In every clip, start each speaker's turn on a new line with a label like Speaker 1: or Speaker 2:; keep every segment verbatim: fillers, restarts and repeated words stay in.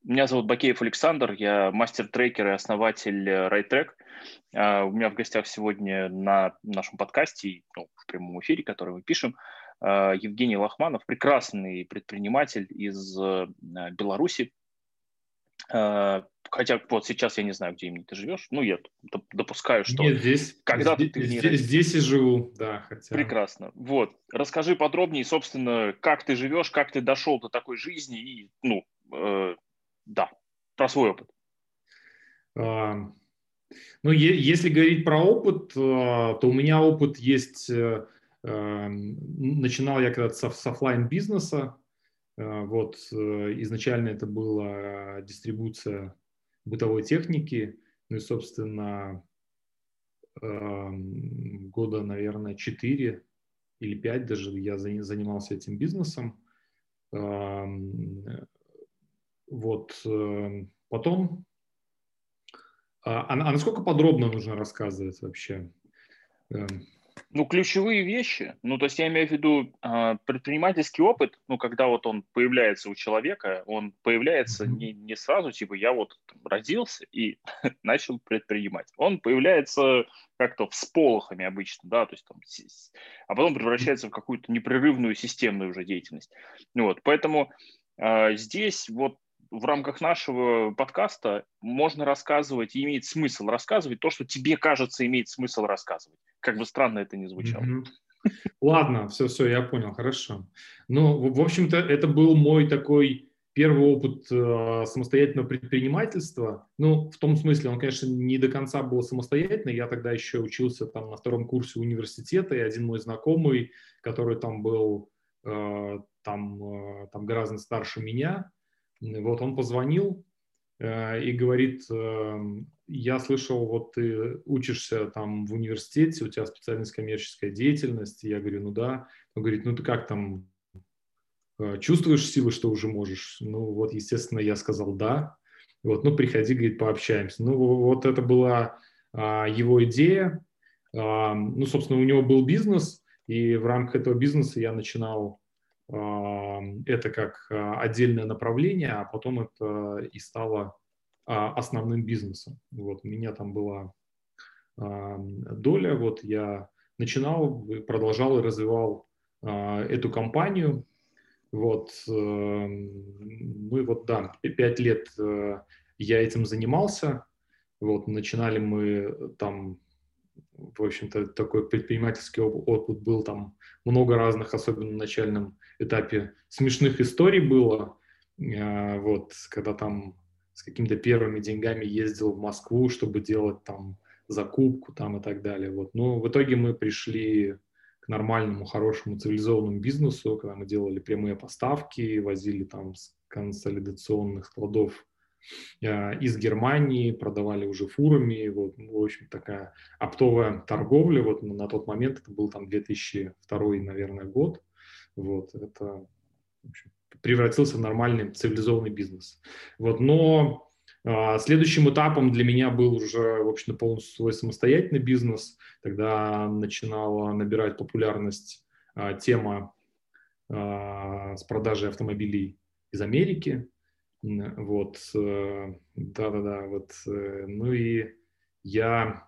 Speaker 1: Меня зовут Бакеев Александр, я мастер-трекер и основатель э, RideTrack. А, У меня в гостях сегодня на нашем подкасте, и, ну, в прямом эфире, который мы пишем, а, Евгений Лохманов, прекрасный предприниматель из э, Беларуси. А, Хотя вот сейчас я не знаю, где именно ты живешь. Ну, я доп- допускаю, что
Speaker 2: Нет, здесь,
Speaker 1: когда-то
Speaker 2: здесь,
Speaker 1: ты в ней
Speaker 2: здесь,
Speaker 1: родился.
Speaker 2: здесь и живу, да, хотя.
Speaker 1: Прекрасно. Вот. Расскажи подробнее, собственно, как ты живешь, как ты дошел до такой жизни и, ну, э, да, про свой опыт.
Speaker 2: а, ну, е- если говорить про опыт, а, то у меня опыт есть. э, э, начинал я когда-то с, оф- с оффлайн бизнеса. Вот, э, изначально это была дистрибуция бытовой техники. Ну и, собственно, эм, года, наверное, четыре или пять даже я за- занимался этим бизнесом. Эм, Вот, эм, потом. А, а а насколько подробно нужно рассказывать вообще? Эм,
Speaker 1: Ну, ключевые вещи, ну, то есть я имею в виду а, предпринимательский опыт, ну, когда вот он появляется у человека, он появляется
Speaker 2: мгм.
Speaker 1: не, не сразу, типа, я вот там родился и начал предпринимать. Он появляется как-то всполохами обычно, да, то есть там, с- с- а потом превращается в какую-то непрерывную системную уже деятельность. Ну вот, поэтому а, здесь вот в рамках нашего подкаста можно рассказывать, и имеет смысл рассказывать то, что тебе кажется имеет смысл рассказывать. Как бы странно это ни звучало.
Speaker 2: Мгм. Ладно, все, все, я понял, хорошо. Ну, в в общем-то, это был мой такой первый опыт э, самостоятельного предпринимательства. Ну, в том смысле, он, конечно, не до конца был самостоятельный. Я тогда еще учился там на втором курсе университета, и один мой знакомый, который там был э, там, э, там гораздо старше меня, м, вот он позвонил э, и говорит, э, я слышал, вот ты учишься там в университете, у тебя специальность коммерческая деятельность. Я говорю, ну да. Он говорит, ну ты как там, э, чувствуешь силы, что уже можешь? Ну вот, естественно, я сказал да. Вот, ну приходи, говорит, пообщаемся. Ну вот это была а, его идея. А, ну, собственно, у него был бизнес, и в рамках этого бизнеса я начинал а, это как а, отдельное направление, а потом это и стало а, основным бизнесом. Вот, у меня там была а, доля, вот я начинал, продолжал и развивал а, эту компанию. Вот, э, ну и вот, да, пять лет э, я этим занимался. Вот, начинали мы там, в общем-то, такой предпринимательский оп- опыт был, там много разных, особенно на начальном этапе, смешных историй было. Э, Вот, когда там с какими-то первыми деньгами ездил в Москву, чтобы делать там закупку там и так далее. Вот. Но в итоге мы пришли к нормальному, хорошему, цивилизованному бизнесу, когда мы делали прямые поставки, возили там с консолидационных складов э, из Германии, продавали уже фурами. Вот, ну, в общем, такая оптовая торговля. Вот на тот момент это был там две тысячи второй, наверное, год. Вот, это, в общем, превратился в нормальный цивилизованный бизнес. Вот, но а, следующим этапом для меня был уже, в общем, полностью свой самостоятельный бизнес. Тогда начинала набирать популярность а, тема а, с продажей автомобилей из Америки. М, Вот, э, да-да-да, вот, э, ну и я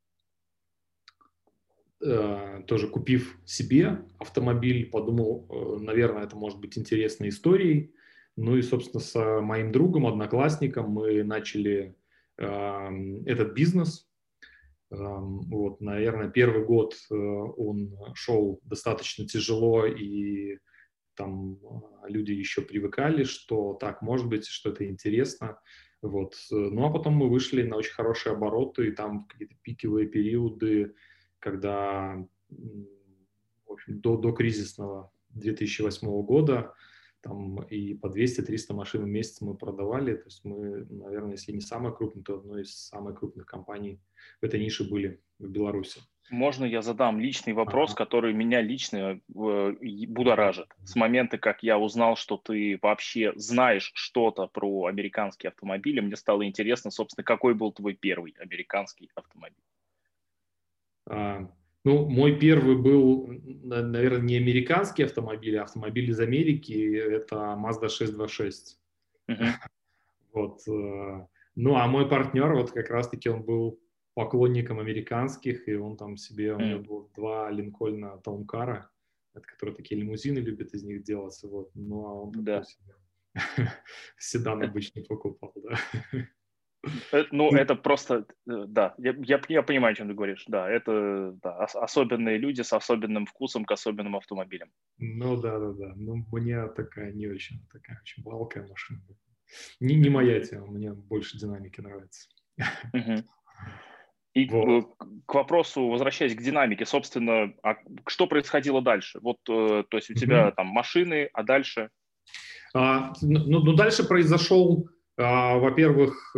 Speaker 2: э, тоже купив себе автомобиль, подумал, э, наверное, это может быть интересной историей. Ну и, собственно, с э, моим другом, одноклассником мы начали э, этот бизнес. Эм, Вот, наверное, первый год э, он шел достаточно тяжело, и там э, люди еще привыкали, что так может быть, что это интересно. Вот. э, Ну а потом мы вышли на очень хорошие обороты, и там в какие-то пиковые периоды, когда м, в общем, до, до кризисного две тысячи восьмого года там и по двести-триста машин в месяц мы продавали. То есть мы, наверное, если не самая крупная, то одной из самых крупных компаний в этой нише были в Беларуси.
Speaker 1: Можно я задам личный вопрос,
Speaker 2: Ага.
Speaker 1: который меня лично э, и будоражит? С момента, как я узнал, что ты вообще знаешь что-то про американские автомобили, мне стало интересно, собственно, какой был твой первый американский автомобиль?
Speaker 2: А, Ну, мой первый был, на- наверное, не американский автомобиль, а автомобиль из Америки. Это Mazda шестьсот двадцать шесть.
Speaker 1: Мгм.
Speaker 2: Вот. э, Ну, а мой партнер, вот как раз-таки он был поклонником американских, и он там себе, у него
Speaker 1: М,
Speaker 2: было два Линкольна Таункара, это которые такие лимузины любят из них делаться, вот. Ну, а он такой
Speaker 1: Да.
Speaker 2: себе седан
Speaker 1: Это,
Speaker 2: обычный покупал, да.
Speaker 1: э, ну,
Speaker 2: И-
Speaker 1: это просто, э, да, я, я, я понимаю, о чем ты говоришь. Да, это да, ос- особенные люди с особенным вкусом к особенным автомобилям.
Speaker 2: Ну, да-да-да. Ну, мне такая не очень, такая очень валкая машина. Не, не
Speaker 1: Мгм.
Speaker 2: моя тема, мне больше динамики нравится.
Speaker 1: Мгм. И э,
Speaker 2: Вот.
Speaker 1: к вопросу, возвращаясь к динамике, собственно, а что происходило дальше? Вот, э, то есть у тебя
Speaker 2: Мгм.
Speaker 1: там машины, а дальше?
Speaker 2: А, ну, ну, дальше произошел, а, во-первых, э,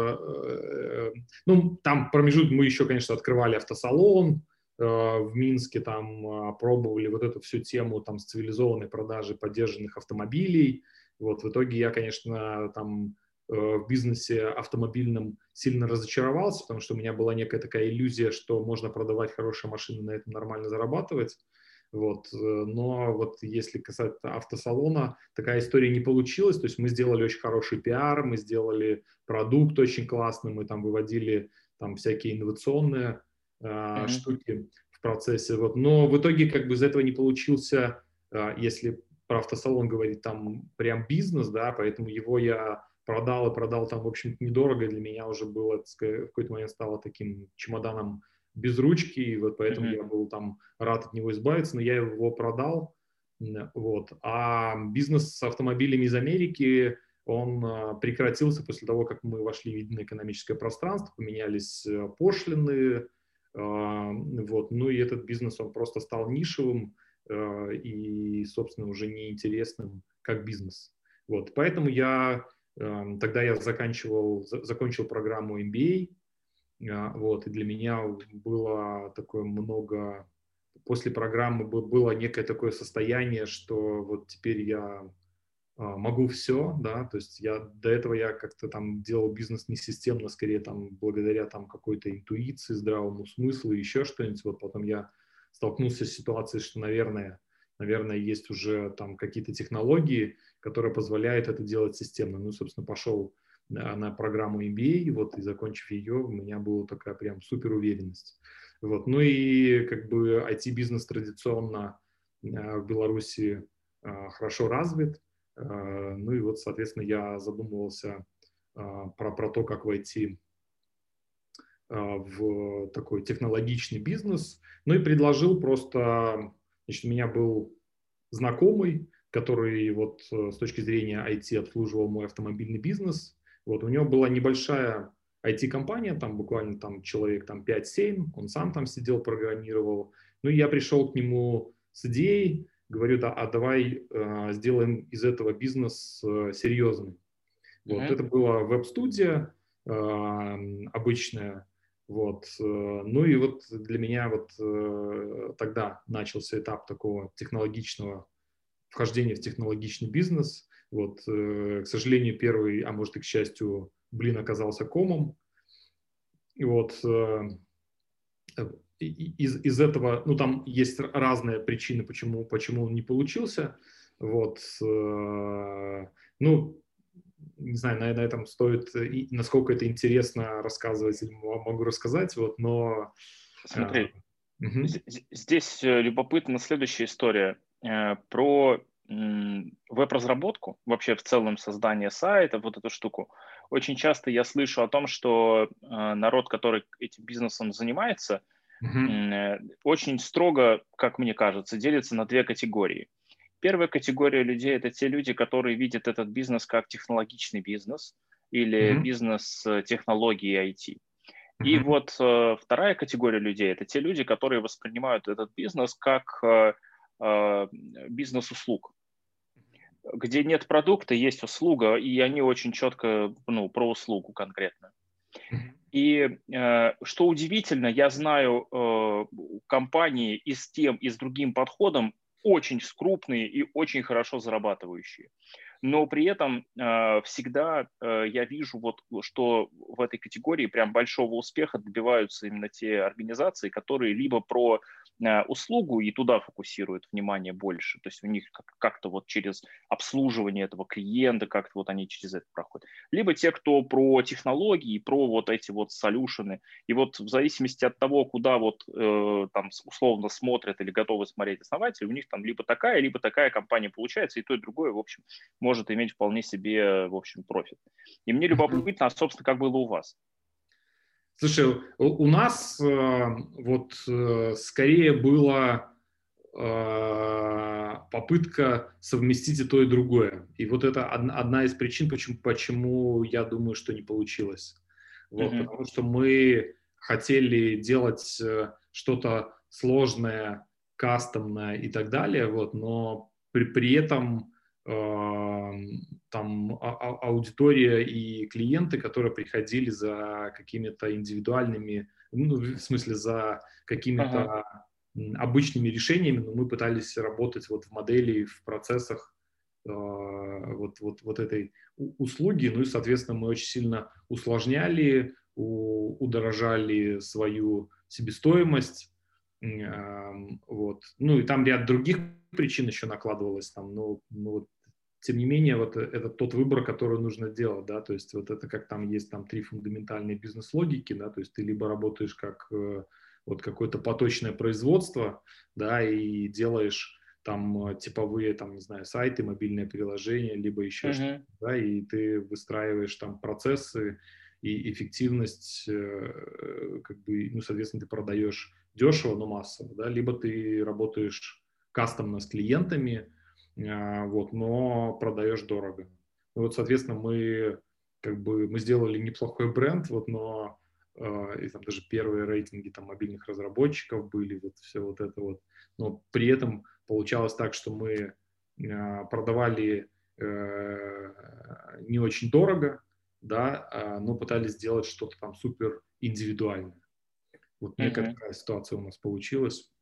Speaker 2: э, ну, там промежуток, мы еще, конечно, открывали автосалон э, в Минске, там а, пробовали вот эту всю тему там с цивилизованной продажи подержанных автомобилей. Вот, в итоге я, конечно, там э, в бизнесе автомобильном сильно разочаровался, потому что у меня была некая такая иллюзия, что можно продавать хорошие машины, на этом нормально зарабатывать. Вот. э, Но вот если касаться автосалона, такая история не получилась. То есть мы сделали очень хороший пиар, мы сделали продукт очень классный, мы там выводили там всякие инновационные э,
Speaker 1: Мгм.
Speaker 2: штуки в процессе. Вот. Но в итоге как бы из этого не получился, э, если про автосалон говорить, там прям бизнес, да, поэтому его я продал и продал там, в общем-то, недорого, и для меня уже было, так сказать, в какой-то момент стало таким чемоданом без ручки, и вот поэтому
Speaker 1: Мгм.
Speaker 2: я был там рад от него избавиться, но я его продал. Вот. А бизнес с автомобилями из Америки, он а, прекратился после того, как мы вошли в единое экономическое пространство, поменялись э, пошлины, а, вот. Ну и этот бизнес, он просто стал нишевым э, и, собственно, уже неинтересным как бизнес. Вот. Поэтому я э, тогда я заканчивал, за- закончил программу эм би эй, а, вот, и для меня было такое много... После программы бы- было некое такое состояние, что вот теперь я а, могу все, да, то есть я до этого я как-то там делал бизнес не системно, скорее там благодаря там какой-то интуиции, здравому смыслу, еще что-нибудь, вот потом я столкнулся с ситуацией, что, наверное, наверное, есть уже там какие-то технологии, которые позволяют это делать системно. Ну, собственно, пошел на, на программу эм би эй, вот, и закончив ее, у меня была такая прям супер уверенность. Вот. Ну и как бы ай ти-бизнес традиционно э, в Беларуси э, хорошо развит. Э, Ну и вот, соответственно, я задумывался э, про, про то, как войти э, в такой технологичный бизнес. Ну и предложил просто, значит, у меня был знакомый, который вот э, с точки зрения ай ти обслуживал мой автомобильный бизнес. Вот у него была небольшая ай ти-компания, там буквально там человек там пять-семь, он сам там сидел, программировал. Ну и я пришел к нему с идеей, говорю, да, а давай э, сделаем из этого бизнес э, серьезный. Вот,
Speaker 1: Мгм.
Speaker 2: это была веб-студия э, обычная, вот. э, Ну и вот для меня вот э, тогда начался этап такого технологичного вхождения в технологичный бизнес. Вот, э, к сожалению, первый, а может и к счастью, блин оказался комом. И вот э, из, из этого, ну там есть разные причины, почему, почему он не получился. Вот, э, ну, не знаю, на, на этом стоит, и насколько это интересно рассказывать, или могу рассказать, вот, но... э,
Speaker 1: Смотри,
Speaker 2: мгм,
Speaker 1: з- з- здесь э, любопытна следующая история э, про м, веб-разработку, вообще в целом создание сайта, вот эту штуку. Очень часто я слышу о том, что э, народ, который этим бизнесом занимается,
Speaker 2: мгм,
Speaker 1: м, э, очень строго, как мне кажется, делится на две категории. Первая категория людей – это те люди, которые видят этот бизнес как технологичный бизнес или
Speaker 2: мгм,
Speaker 1: бизнес э, технологии ай ти. И
Speaker 2: мгм,
Speaker 1: вот э, вторая категория людей – это те люди, которые воспринимают этот бизнес как э, э, бизнес услуг, где нет продукта, есть услуга, и они очень четко, ну, про услугу конкретно.
Speaker 2: мгм,
Speaker 1: И э, что удивительно, я знаю э, компании и с тем, и с другим подходом очень крупные и очень хорошо зарабатывающие. Но при этом э, всегда э, я вижу, вот, что в этой категории прям большого успеха добиваются именно те организации, которые либо про услугу и туда фокусируют внимание больше. То есть у них как-то вот через обслуживание этого клиента, как-то вот они через это проходят. Либо те, кто про технологии, про вот эти вот солюшены. И вот в зависимости от того, куда вот э, там условно смотрят или готовы смотреть основатели, у них там либо такая, либо такая компания получается, и то, и другое, в общем, может иметь вполне себе, в общем, профит. И мне любопытно, а, собственно, как было у вас?
Speaker 2: Слушай, у, у нас э, вот э, скорее была э, попытка совместить и то, и другое. И вот это од, одна из причин, почему, почему я думаю, что не получилось. Вот,
Speaker 1: Uh-huh.
Speaker 2: потому что мы хотели делать э, что-то сложное, кастомное и так далее, вот, но при, при этом там а, а, аудитория и клиенты, которые приходили за какими-то индивидуальными, ну, в смысле, за какими-то uh-huh. обычными решениями, но мы пытались работать вот в модели, в процессах э, вот, вот, вот этой услуги, ну и, соответственно, мы очень сильно усложняли, у, удорожали свою себестоимость, э, вот. Ну и там ряд других причин еще накладывалось, там, ну, ну вот, тем не менее, вот это тот выбор, который нужно делать, да, то есть вот это как там есть там три фундаментальные бизнес-логики, да, то есть ты либо работаешь как э, вот какое-то поточное производство, да, и делаешь там типовые, там, не знаю, сайты, мобильное приложение, либо еще uh-huh. что-то, да, и ты выстраиваешь там процессы и эффективность, э, как бы, ну, соответственно, ты продаешь дешево, но массово, да, либо ты работаешь кастомно с клиентами, вот, но продаешь дорого. И вот, соответственно, мы как бы мы сделали неплохой бренд, вот, но э, и там даже первые рейтинги там мобильных разработчиков были, вот все вот это вот. Но при этом получалось так, что мы э, продавали э, не очень дорого, да, э, но пытались сделать что-то там супер индивидуальное. Вот некая uh-huh. такая ситуация у нас получилась.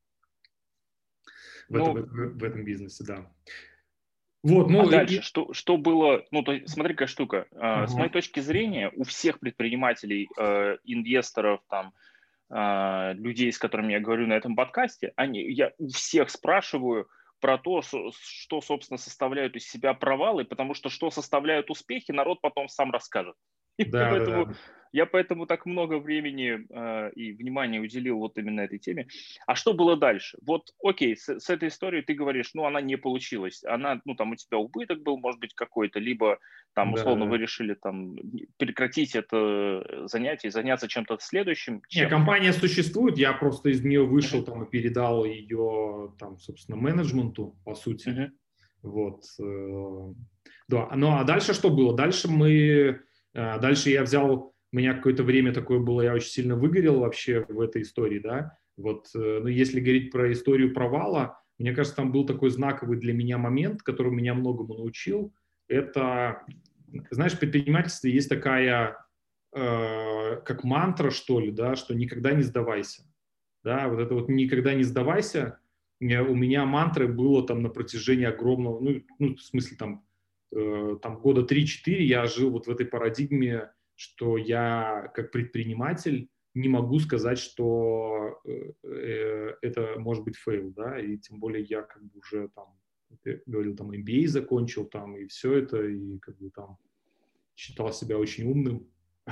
Speaker 2: В, ну, это, в, в этом бизнесе, да.
Speaker 1: Вот, ну, а дальше, и... что, что было, ну, то, смотри, какая штука. Uh-huh. С моей точки зрения, у всех предпринимателей, э, инвесторов, там, э, людей, с которыми я говорю на этом подкасте, они, я у всех спрашиваю про то, что, что, собственно, составляют из себя провалы, потому что что составляют успехи, народ потом сам расскажет. И да, поэтому, да, да. Я поэтому так много времени э, и внимания уделил вот именно этой теме. А что было дальше? Вот, окей, с, с этой историей ты говоришь, ну, она не получилась. Она, ну, там у тебя убыток был, может быть, какой-то, либо там, условно, да, вы решили там прекратить это занятие и заняться чем-то следующим. Чем?
Speaker 2: Нет, компания существует, я просто из нее вышел uh-huh. там и передал ее, там, собственно, менеджменту, по сути. Uh-huh. Вот. Да, ну, а дальше что было? Дальше мы... Дальше я взял, у меня какое-то время такое было, я очень сильно выгорел вообще в этой истории, да, вот, ну, если говорить про историю провала, мне кажется, там был такой знаковый для меня момент, который меня многому научил, это, знаешь, в предпринимательстве есть такая, э, как мантра, что ли, да, что никогда не сдавайся, да, вот это вот никогда не сдавайся, у меня мантры было там на протяжении огромного, ну, ну в смысле там, там года три-четыре я жил вот в этой парадигме, что я как предприниматель не могу сказать, что э, это может быть фейл, да, и тем более я как бы уже там, говорил, там эм би эй закончил там и все это, и как бы там считал себя очень умным.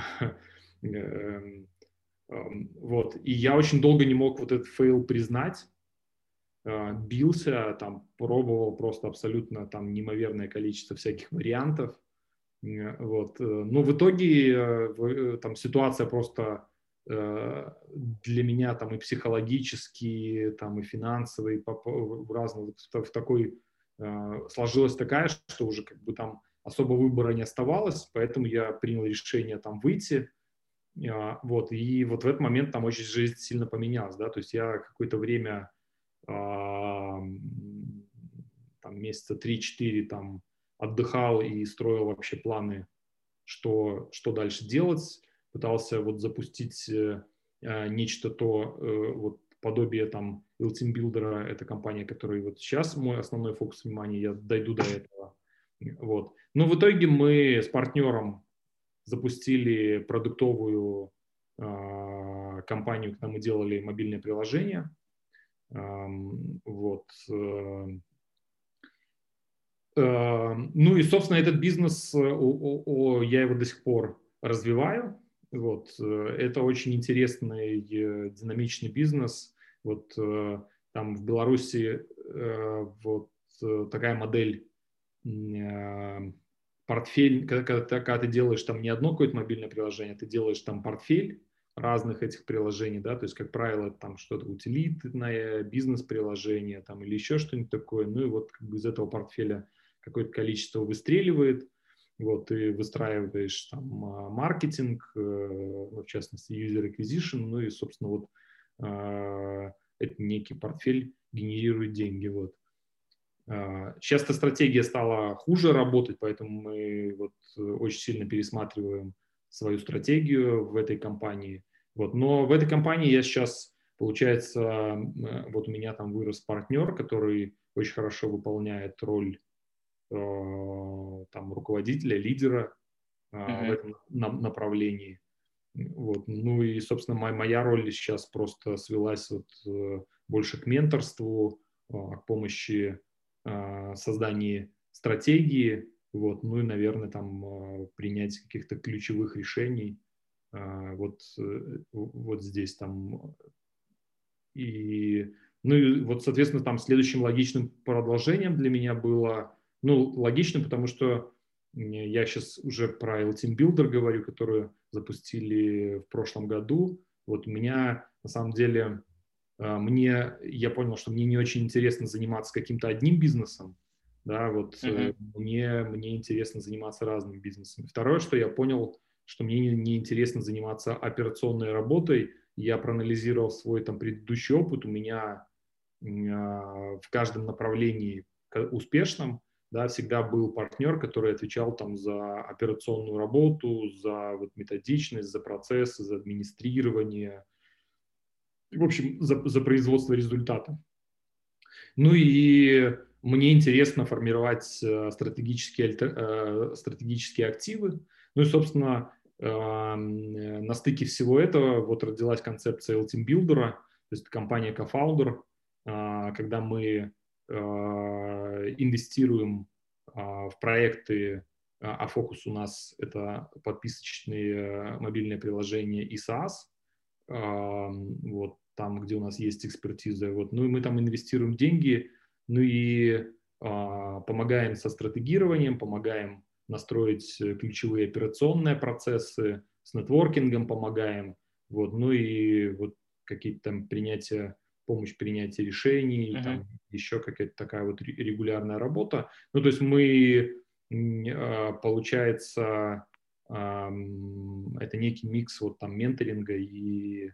Speaker 2: Вот, и я очень долго не мог вот этот фейл признать, бился, там, пробовал просто абсолютно там неимоверное количество всяких вариантов, вот, но в итоге там ситуация просто для меня там и психологически, там и финансово, и в разных, в такой, сложилась такая, что уже как бы там особо выбора не оставалось, поэтому я принял решение там выйти, вот, и вот в этот момент там очень жизнь сильно поменялась, да, то есть я какое-то время там месяца три-четыре там отдыхал и строил вообще планы, что, что дальше делать, пытался вот запустить э, нечто то, э, вот подобие там Team Builder, это компания, которая вот сейчас мой основной фокус внимания, я дойду до этого, вот. Но в итоге мы с партнером запустили продуктовую э, компанию, когда мы делали мобильное приложение. Вот. Ну и, собственно, этот бизнес, я его до сих пор развиваю. Вот. Это очень интересный, динамичный бизнес. Вот там в Беларуси вот такая модель портфель, когда, когда, когда ты делаешь там не одно какое-то мобильное приложение, ты делаешь там портфель разных этих приложений, да, то есть, как правило, там что-то утилитное, бизнес-приложение там или еще что-нибудь такое, ну и вот как бы из этого портфеля какое-то количество выстреливает, вот, ты выстраиваешь там маркетинг, ну, в частности, user acquisition, ну и, собственно, вот это некий портфель генерирует деньги, вот. Сейчас эта стратегия стала хуже работать, поэтому мы вот очень сильно пересматриваем свою стратегию в этой компании. Вот. Но в этой компании я сейчас, получается, вот у меня там вырос партнер, который очень хорошо выполняет роль э, там, руководителя, лидера э,
Speaker 1: Uh-huh.
Speaker 2: в этом направлении. Вот. Ну и, собственно, моя, моя роль сейчас просто свелась вот, э, больше к менторству, э, к помощи э, создании стратегии, вот, ну и, наверное, там э, принять каких-то ключевых решений э, вот, э, вот здесь там. И, ну и вот, соответственно, там следующим логичным продолжением для меня было, ну, логичным, потому что я сейчас уже про L-Team Builder говорю, которую запустили в прошлом году. Вот у меня, на самом деле, мне, я понял, что мне не очень интересно заниматься каким-то одним бизнесом, да, вот uh-huh. мне, мне интересно заниматься разными бизнесами. Второе, что я понял, что мне не, не интересно заниматься операционной работой. Я проанализировал свой там предыдущий опыт, у меня э, в каждом направлении успешном, да, всегда был партнер, который отвечал там за операционную работу, за вот, методичность, за процессы, за администрирование, в общем, за, за производство результата. Ну и мне интересно формировать стратегические, э, стратегические активы. Ну и, собственно, э, на стыке всего этого вот родилась концепция L-Team Builder, то есть компания Co-Founder, э, когда мы э, инвестируем э, в проекты, а фокус у нас это подписочные мобильные приложения и SaaS, э, вот там, где у нас есть экспертиза. Вот. Ну и мы там инвестируем деньги, ну и а, помогаем со стратегированием, помогаем настроить ключевые операционные процессы, с нетворкингом помогаем, вот, ну и вот какие-то там принятия, помощь принятия решений, uh-huh. там еще какая-то такая вот регулярная работа. Ну, то есть мы, получается, это некий микс вот там менторинга и,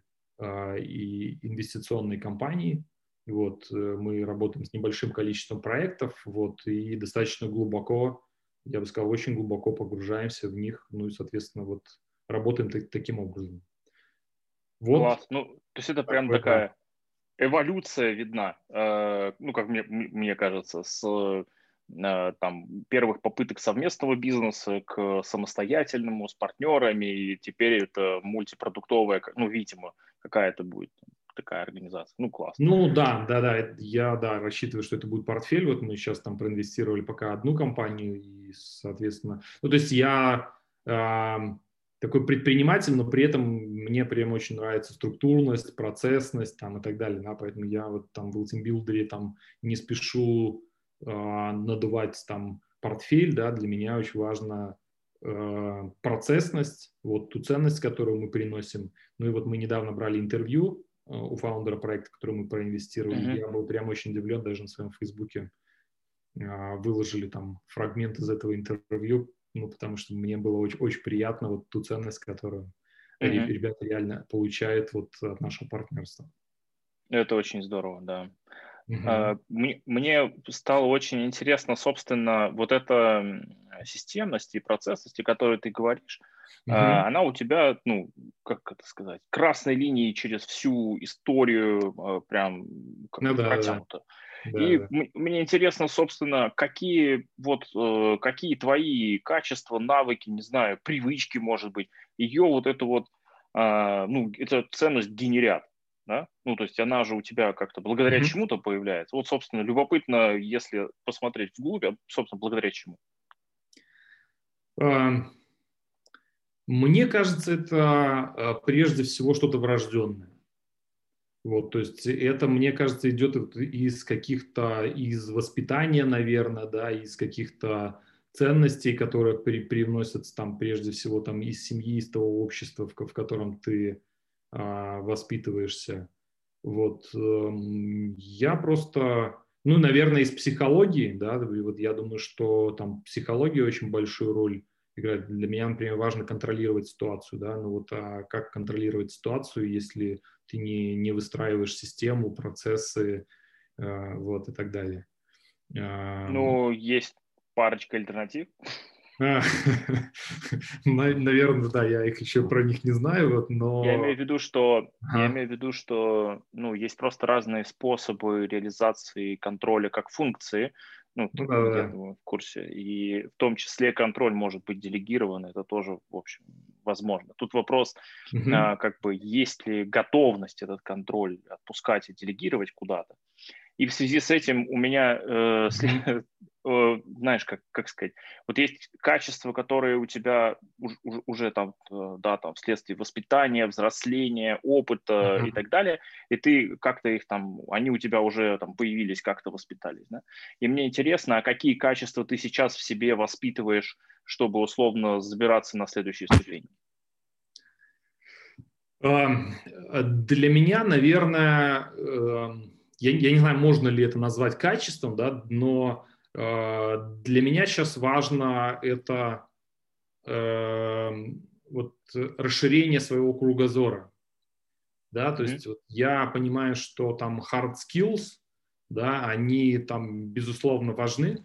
Speaker 2: и инвестиционной компании. Вот, мы работаем с небольшим количеством проектов, вот, и достаточно глубоко, я бы сказал, очень глубоко погружаемся в них, ну и, соответственно, вот работаем так, таким образом.
Speaker 1: Вот. Класс. Ну, то есть это такой, прям такая да. эволюция видна, э, ну, как мне, мне кажется, с э, там, первых попыток совместного бизнеса к самостоятельному, с партнерами, и теперь это мультипродуктовая, ну, видимо, какая-то будет такая организация. Ну, классно.
Speaker 2: Ну, да, да, да, я, да, рассчитываю, что это будет портфель, вот мы сейчас там проинвестировали пока одну компанию, и, соответственно, ну, то есть я э, такой предприниматель, но при этом мне прям очень нравится структурность, процессность там и так далее, да, поэтому я вот там в L-Team Builder там не спешу э, надувать там портфель, да, для меня очень важно э, процессность, вот ту ценность, которую мы приносим. Ну и вот мы недавно брали интервью у фаундера проекта, который мы проинвестировали. Uh-huh. Я был прям очень удивлен, даже на своем фейсбуке а, выложили там фрагмент из этого интервью, ну, потому что мне было очень, очень приятно вот ту ценность, которую uh-huh. ребята реально получают вот от нашего партнерства.
Speaker 1: Это очень здорово, да. Uh-huh. Мне, мне стало очень интересно, собственно, вот эта системность и процессность, о которой ты говоришь, uh-huh. она у тебя, ну, как это сказать, красной линией через всю историю прям как ну, да, протянута. Да. И да. мне интересно, собственно, какие вот какие твои качества, навыки, не знаю, привычки, может быть, ее вот эту вот, ну, эту ценность генерят. да? Ну, то есть она же у тебя как-то благодаря
Speaker 2: Мгм.
Speaker 1: чему-то появляется. Вот, собственно, любопытно, если посмотреть вглубь, а, собственно, благодаря чему.
Speaker 2: А, Мне кажется, это а, прежде всего что-то врожденное. Вот, то есть это, мне кажется, идет вот из каких-то, из воспитания, наверное, да, из каких-то ценностей, которые при, привносятся там прежде всего там из семьи, из того общества, в, ко- в котором ты а, воспитываешься. Вот, эм, я просто, ну, наверное, из психологии, да, и вот я думаю, что там психология очень большую роль играет. Для меня, например, важно контролировать ситуацию, да, ну вот, а как контролировать ситуацию, если ты не, не выстраиваешь систему, процессы, э, вот, и так далее. Ам,
Speaker 1: Ну, есть парочка альтернатив.
Speaker 2: а, Наверное, да, я их еще про них не знаю, вот,
Speaker 1: Я
Speaker 2: но...
Speaker 1: имею в виду, что я
Speaker 2: Ага.
Speaker 1: имею в виду, что ну, есть просто разные способы реализации контроля как функции. Ну,
Speaker 2: Ну
Speaker 1: ты,
Speaker 2: да, да,
Speaker 1: я
Speaker 2: да.
Speaker 1: думаю, в курсе. И в том числе контроль может быть делегирован. Это тоже, в общем, возможно. Тут вопрос,
Speaker 2: Мгм.
Speaker 1: а, как бы, есть ли готовность этот контроль отпускать и делегировать куда-то. И в связи с этим у меня, э,
Speaker 2: Мгм.
Speaker 1: след- э, знаешь, как, как сказать, вот есть качества, которые у тебя уж- уж- уже там, э, да, там, вследствие воспитания, взросления, опыта и
Speaker 2: Ага.
Speaker 1: так далее, и ты как-то их там, они у тебя уже там появились, как-то воспитались, да? И мне интересно, а какие качества ты сейчас в себе воспитываешь, чтобы условно забираться на следующие ступени?
Speaker 2: Ам, э, Для меня, наверное, эм, я, я не знаю, можно ли это назвать качеством, да, но э, для меня сейчас важно это эм, вот расширение своего кругозора, да, то
Speaker 1: Мгм.
Speaker 2: есть вот я понимаю, что там hard skills, да, они там безусловно важны,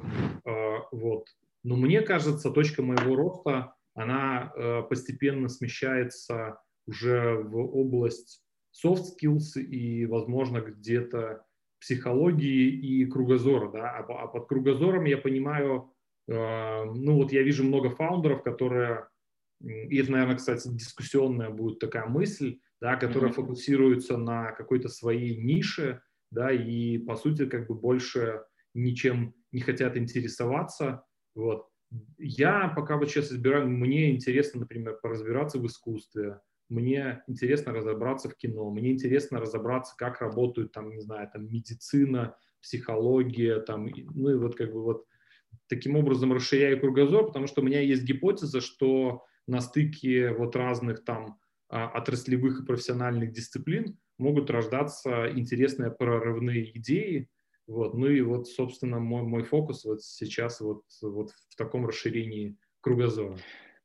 Speaker 2: э, вот, но мне кажется, точка моего роста, она э, постепенно смещается уже в область soft skills и, возможно, где-то психологии и кругозора, да, а, по- а под кругозором я понимаю, э, ну вот я вижу много фаундеров, которые, м, и это, наверное, кстати, дискуссионная будет такая мысль, да, которая
Speaker 1: Мгм.
Speaker 2: фокусируется на какой-то своей нише, да, и по сути как бы больше ничем не хотят интересоваться. Вот. Я пока вот сейчас избираю, мне интересно, например, поразбираться в искусстве, мне интересно разобраться в кино, мне интересно разобраться, как работают там, не знаю, там медицина, психология, там, ну и вот как бы вот таким образом расширяю кругозор, потому что у меня есть гипотеза, что на стыке вот разных там а, отраслевых и профессиональных дисциплин могут рождаться интересные прорывные идеи. Вот. Ну и вот, собственно, мой, мой фокус вот сейчас вот, вот в таком расширении кругозора.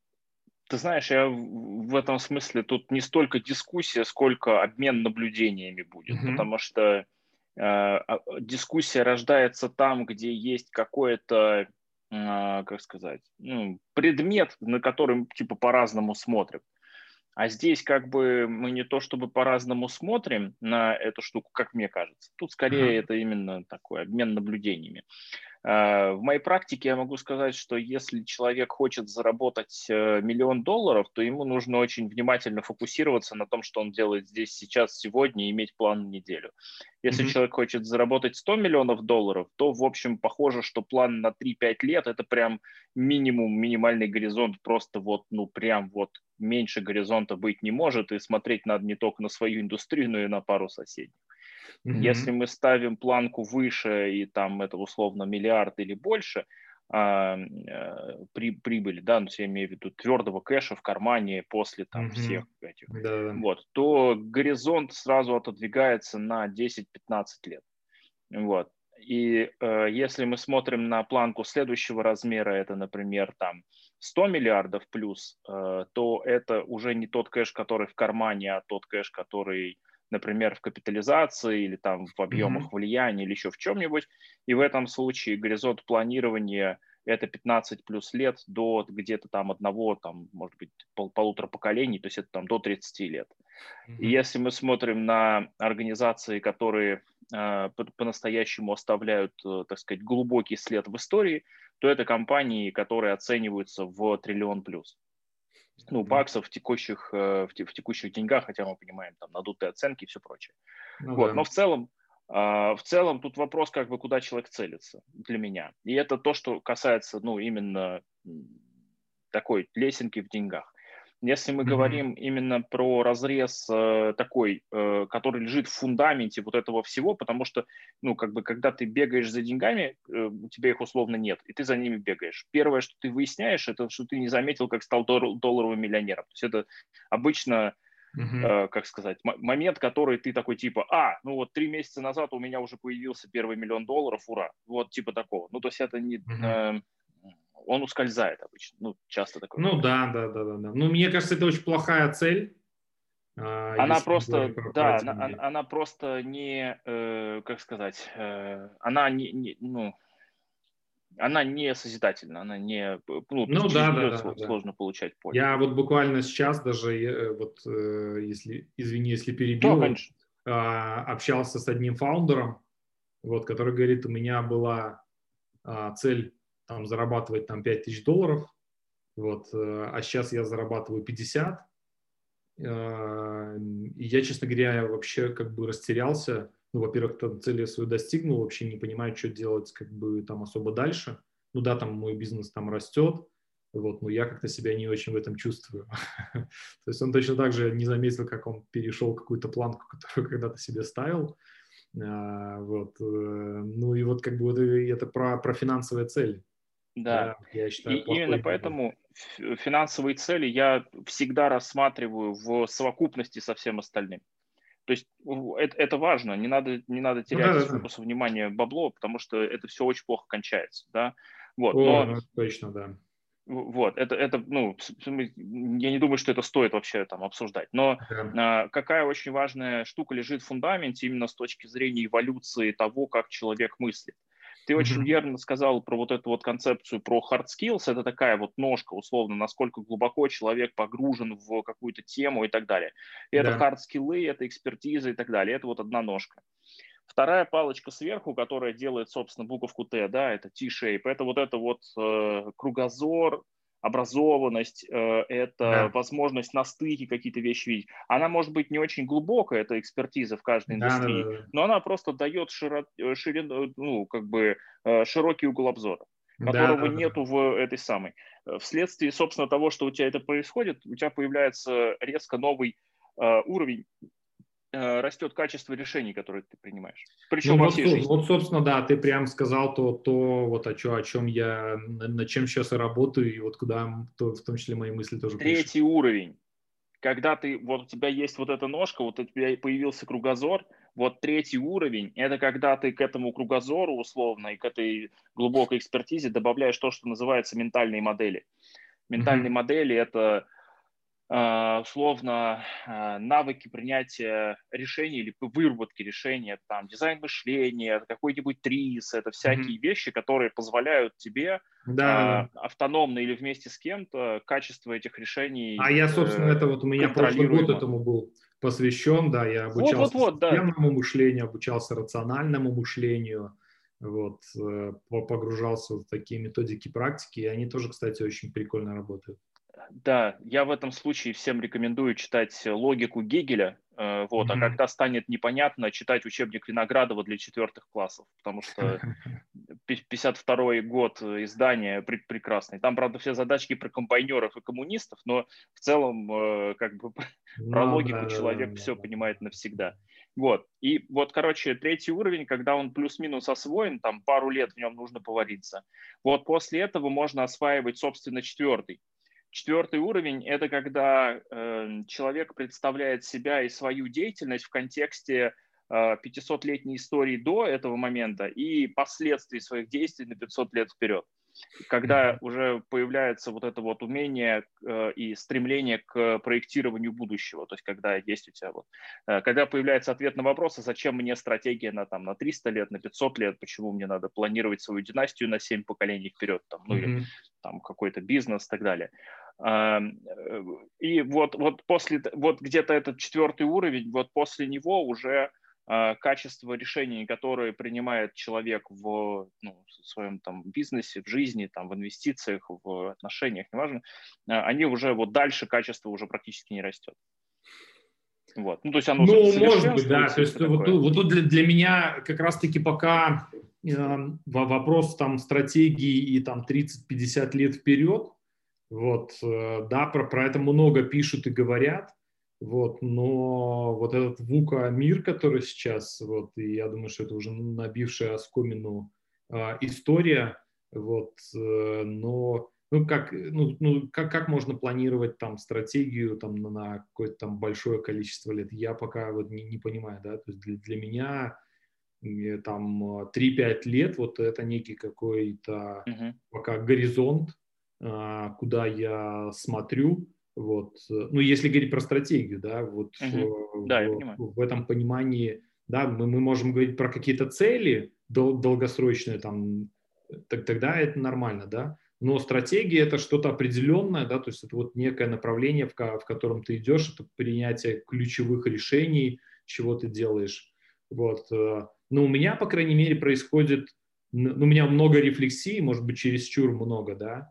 Speaker 1: Ты знаешь, я в в этом смысле тут не столько дискуссия, сколько обмен наблюдениями будет,
Speaker 2: Мгм.
Speaker 1: потому что э, а, дискуссия рождается там, где есть какой-то, а, как сказать, ну, предмет, на который типа по-разному смотрят. А здесь как бы мы не то чтобы по-разному смотрим на эту штуку, как мне кажется. Тут скорее
Speaker 2: Ага.
Speaker 1: это именно такой обмен наблюдениями. Э, В моей практике я могу сказать, что если человек хочет заработать э, миллион долларов, то ему нужно очень внимательно фокусироваться на том, что он делает здесь, сейчас, сегодня, и иметь план на неделю. Если
Speaker 2: Мгм.
Speaker 1: человек хочет заработать сто миллионов долларов, то, в общем, похоже, что план на три-пять лет– это прям минимум, минимальный горизонт, просто вот, ну, прям вот меньше горизонта быть не может, и смотреть надо не только на свою индустрию, но и на пару соседей. Если
Speaker 2: Мгм.
Speaker 1: мы ставим планку выше, и там это условно миллиард или больше а, э, при, прибыли, да, ну, я имею в виду твердого кэша в кармане после там всех
Speaker 2: Мгм.
Speaker 1: этих,
Speaker 2: Да-да-да.
Speaker 1: вот, то горизонт сразу отодвигается на десять-пятнадцать лет. Вот. И э, если мы смотрим на планку следующего размера, это, например, там сто миллиардов плюс, э, то это уже не тот кэш, который в кармане, а тот кэш, который, например, в капитализации или там в
Speaker 2: Мгм.
Speaker 1: объемах влияния или еще в чем-нибудь. И в этом случае горизонт планирования это пятнадцать плюс лет до где-то там одного, там, может быть, пол, полутора поколений, то есть это там до тридцати лет. И
Speaker 2: Мгм.
Speaker 1: если мы смотрим на организации, которые э, по- по-настоящему оставляют, э, так сказать, глубокий след в истории, то это компании, которые оцениваются в триллион плюс. ну, баксов в текущих, в текущих деньгах, хотя мы понимаем, там, надутые оценки и все прочее.
Speaker 2: Ну,
Speaker 1: вот,
Speaker 2: да.
Speaker 1: но в целом, в целом тут вопрос, как бы, куда человек целится для меня. И это то, что касается, ну, именно такой лесенки в деньгах. Если мы mm-hmm. говорим именно про разрез э, такой, э, который лежит в фундаменте вот этого всего, потому что, ну, как бы, когда ты бегаешь за деньгами, э, у тебя их условно нет, и ты за ними бегаешь. Первое, что ты выясняешь, это что ты не заметил, как стал дол- долларовым миллионером. То есть это обычно, mm-hmm. э, как сказать, м- момент, который ты такой типа, а, ну вот три месяца назад у меня уже появился первый миллион долларов, ура. Вот типа такого. Ну, то есть это не... Mm-hmm. Э, он ускользает обычно, ну, часто такое.
Speaker 2: Ну, да, да, да, да, да. Ну, мне кажется, это очень плохая цель.
Speaker 1: Она просто, про, да, про она, она просто не, э, как сказать, э, она не, не, ну, она не созидательна, она не, ну,
Speaker 2: ну да, да, да,
Speaker 1: сложно,
Speaker 2: да.
Speaker 1: сложно получать пользу.
Speaker 2: Я вот буквально сейчас даже, вот, если, извини, если перебил,
Speaker 1: да,
Speaker 2: вот, общался с одним фаундером, вот, который говорит, у меня была цель там зарабатывать там пять тысяч долларов, вот, а сейчас я зарабатываю пятьдесят. И я, честно говоря, вообще как бы растерялся. Ну, во-первых, там цель я свою достигнул, вообще не понимаю, что делать как бы там особо дальше. Ну да, там мой бизнес там растет, вот, но я как-то себя не очень в этом чувствую. То есть он точно так же не заметил, как он перешел какую-то планку, которую когда-то себе ставил. Вот. Ну и вот как бы вот это про, про финансовые цели.
Speaker 1: Да,
Speaker 2: да я считаю,
Speaker 1: и именно поэтому финансовые цели я всегда рассматриваю в совокупности со всем остальным. То есть это, это важно, не надо, не надо терять
Speaker 2: ну, да,
Speaker 1: из фокуса да. внимания бабло, потому что это все очень плохо кончается, да. Вот,
Speaker 2: О,
Speaker 1: но,
Speaker 2: ну, точно, да.
Speaker 1: Вот, это, это, ну, я не думаю, что это стоит вообще там обсуждать, но да. какая очень важная штука лежит в фундаменте именно с точки зрения эволюции того, как человек мыслит. Ты mm-hmm. очень верно сказал про вот эту вот концепцию про hard skills, это такая вот ножка, условно, насколько глубоко человек погружен в какую-то тему и так далее. И да. это hard skills, это экспертиза и так далее, это вот одна ножка. Вторая палочка сверху, которая делает, собственно, буковку Т, да, это T-shape, это вот это вот э, кругозор, образованность, э, это да. возможность на стыке какие-то вещи видеть. Она может быть не очень глубокая, это экспертиза в каждой да, индустрии, да, да, да. но она просто дает широ, ширин, ну, как бы, э, широкий угол обзора, которого да, да, нету да. в этой самой. Вследствие, собственно, того, что у тебя это происходит, у тебя появляется резко новый э, уровень, растет качество решений, которые ты принимаешь. Причем
Speaker 2: ну,
Speaker 1: во
Speaker 2: вот,
Speaker 1: всей жизни.
Speaker 2: Вот, собственно, да, ты прям сказал то, то вот о, чё, о чем я, над чем сейчас и работаю, и вот куда, то, в том числе, мои мысли тоже
Speaker 1: Третий
Speaker 2: пришли.
Speaker 1: уровень. Когда ты, вот у тебя есть вот эта ножка, вот у тебя появился кругозор, вот третий уровень, это когда ты к этому кругозору, условно, и к этой глубокой экспертизе добавляешь то, что называется ментальные модели. Ментальные mm-hmm. модели – это условно навыки принятия решений или выработки решения, там, дизайн мышления, какой-нибудь ТРИС, это всякие mm-hmm. вещи, которые позволяют тебе да, а, автономно или вместе с кем-то качество этих решений.
Speaker 2: А я, собственно, это вот у меня прошлый год этому был посвящен, да, я обучался вот, вот, вот, системному да. мышлению, обучался рациональному мышлению, вот, погружался в такие методики, практики, и они тоже, кстати, очень прикольно работают.
Speaker 1: Да, я в этом случае всем рекомендую читать логику Гегеля, э, вот, mm-hmm. а когда станет непонятно, читать учебник Виноградова для четвертых классов, потому что пятьдесят второй год издания пр- прекрасный. Там, правда, все задачки про комбайнеров и коммунистов, но в целом э, как бы no, про логику да, человек да, все да, понимает да. навсегда. Вот, и вот, короче, третий уровень, когда он плюс-минус освоен, там пару лет в нем нужно повариться. Вот после этого можно осваивать, собственно, четвертый. Четвертый уровень – это когда э, человек представляет себя и свою деятельность в контексте э, пятисотлетней истории до этого момента и последствий своих действий на пятьсот лет вперед. Когда mm-hmm. уже появляется вот это вот умение э, и стремление к проектированию будущего, то есть когда есть у тебя вот, э, когда появляется ответ на вопрос, а зачем мне стратегия на, там, на триста лет, на пятьсот лет, почему мне надо планировать свою династию на семь поколений вперед, там, ну mm-hmm. или там какой-то бизнес и так далее. И вот, вот после, вот где-то этот четвертый уровень, вот после него уже качество решений, которые принимает человек в, ну, в своем там бизнесе, в жизни, там, в инвестициях, в отношениях, неважно, они уже вот дальше качество уже практически не растет. Вот. Ну, то есть оно
Speaker 2: Ну, может быть, да.
Speaker 1: совершенствуется.
Speaker 2: То есть вот, вот тут для, для меня как раз-таки пока э, вопрос там стратегии и там тридцать-пятьдесят лет вперед, вот, э, да, про, про это много пишут и говорят, вот, но вот этот вука мир, который сейчас, вот, и я думаю, что это уже набившая оскомину э, история, вот, э, но ну, как, ну, ну, как, как можно планировать там стратегию там, на, на какое-то там большое количество лет? Я пока вот не, не понимаю, да, то есть для, для меня э, там три-пять лет вот это некий какой-то
Speaker 1: Угу.
Speaker 2: пока горизонт, а, куда я смотрю, вот, ну, если говорить про стратегию, да, вот
Speaker 1: Угу. Да, я
Speaker 2: в,
Speaker 1: понимаю.
Speaker 2: в, в этом понимании, да, мы, мы можем говорить про какие-то цели дол- долгосрочные, там, так, тогда это нормально, да, но стратегия – это что-то определенное, да, то есть это вот некое направление, в, ко- в котором ты идешь, это принятие ключевых решений, чего ты делаешь. Вот. Но у меня, по крайней мере, происходит, ну, у меня много рефлексий, может быть, чересчур много, да,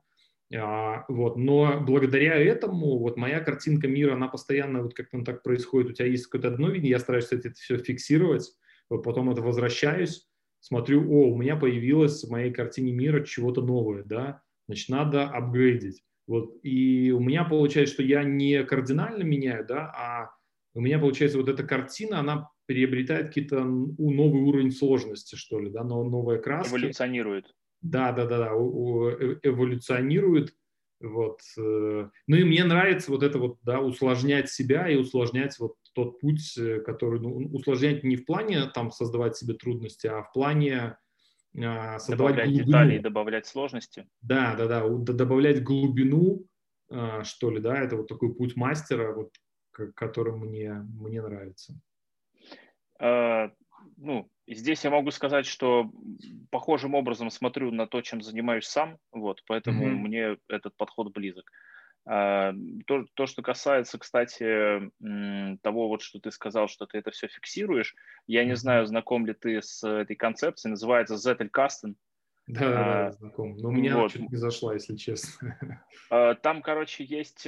Speaker 2: а, вот, но благодаря этому вот моя картинка мира, она постоянно вот как-то так происходит, у тебя есть какое-то одно видение, я стараюсь, кстати, это все фиксировать, вот потом это возвращаюсь, смотрю, о, у меня появилось в моей картине мира чего-то новое, да, значит, надо апгрейдить. Вот, и у меня получается, что я не кардинально меняю, да, а у меня получается вот эта картина, она приобретает какие-то новый уровень сложности, что ли, да, но новые краски.
Speaker 1: Эволюционирует.
Speaker 2: Да, да, да, да, эволюционирует. Вот. Ну и мне нравится вот это вот, да, усложнять себя и усложнять вот тот путь, который, ну, усложнять не в плане там создавать себе трудности, а в плане а, создавать
Speaker 1: Добавлять детали и
Speaker 2: глубину.
Speaker 1: добавлять сложности.
Speaker 2: Да, да, да, добавлять глубину, а, что ли, да, это вот такой путь мастера, вот, который мне, мне нравится.
Speaker 1: Uh, ну, здесь я могу сказать, что похожим образом смотрю на то, чем занимаюсь сам, вот, поэтому
Speaker 2: Mm-hmm.
Speaker 1: мне этот подход близок. Uh, то, то, что касается, кстати, того, вот, что ты сказал, что ты это все фиксируешь, я не
Speaker 2: Mm-hmm.
Speaker 1: знаю, знаком ли ты с этой концепцией, называется Zettelkasten.
Speaker 2: Да, да, да, знаком. Но у меня
Speaker 1: Вот.
Speaker 2: что-то не зашла, если честно.
Speaker 1: Там, короче, есть,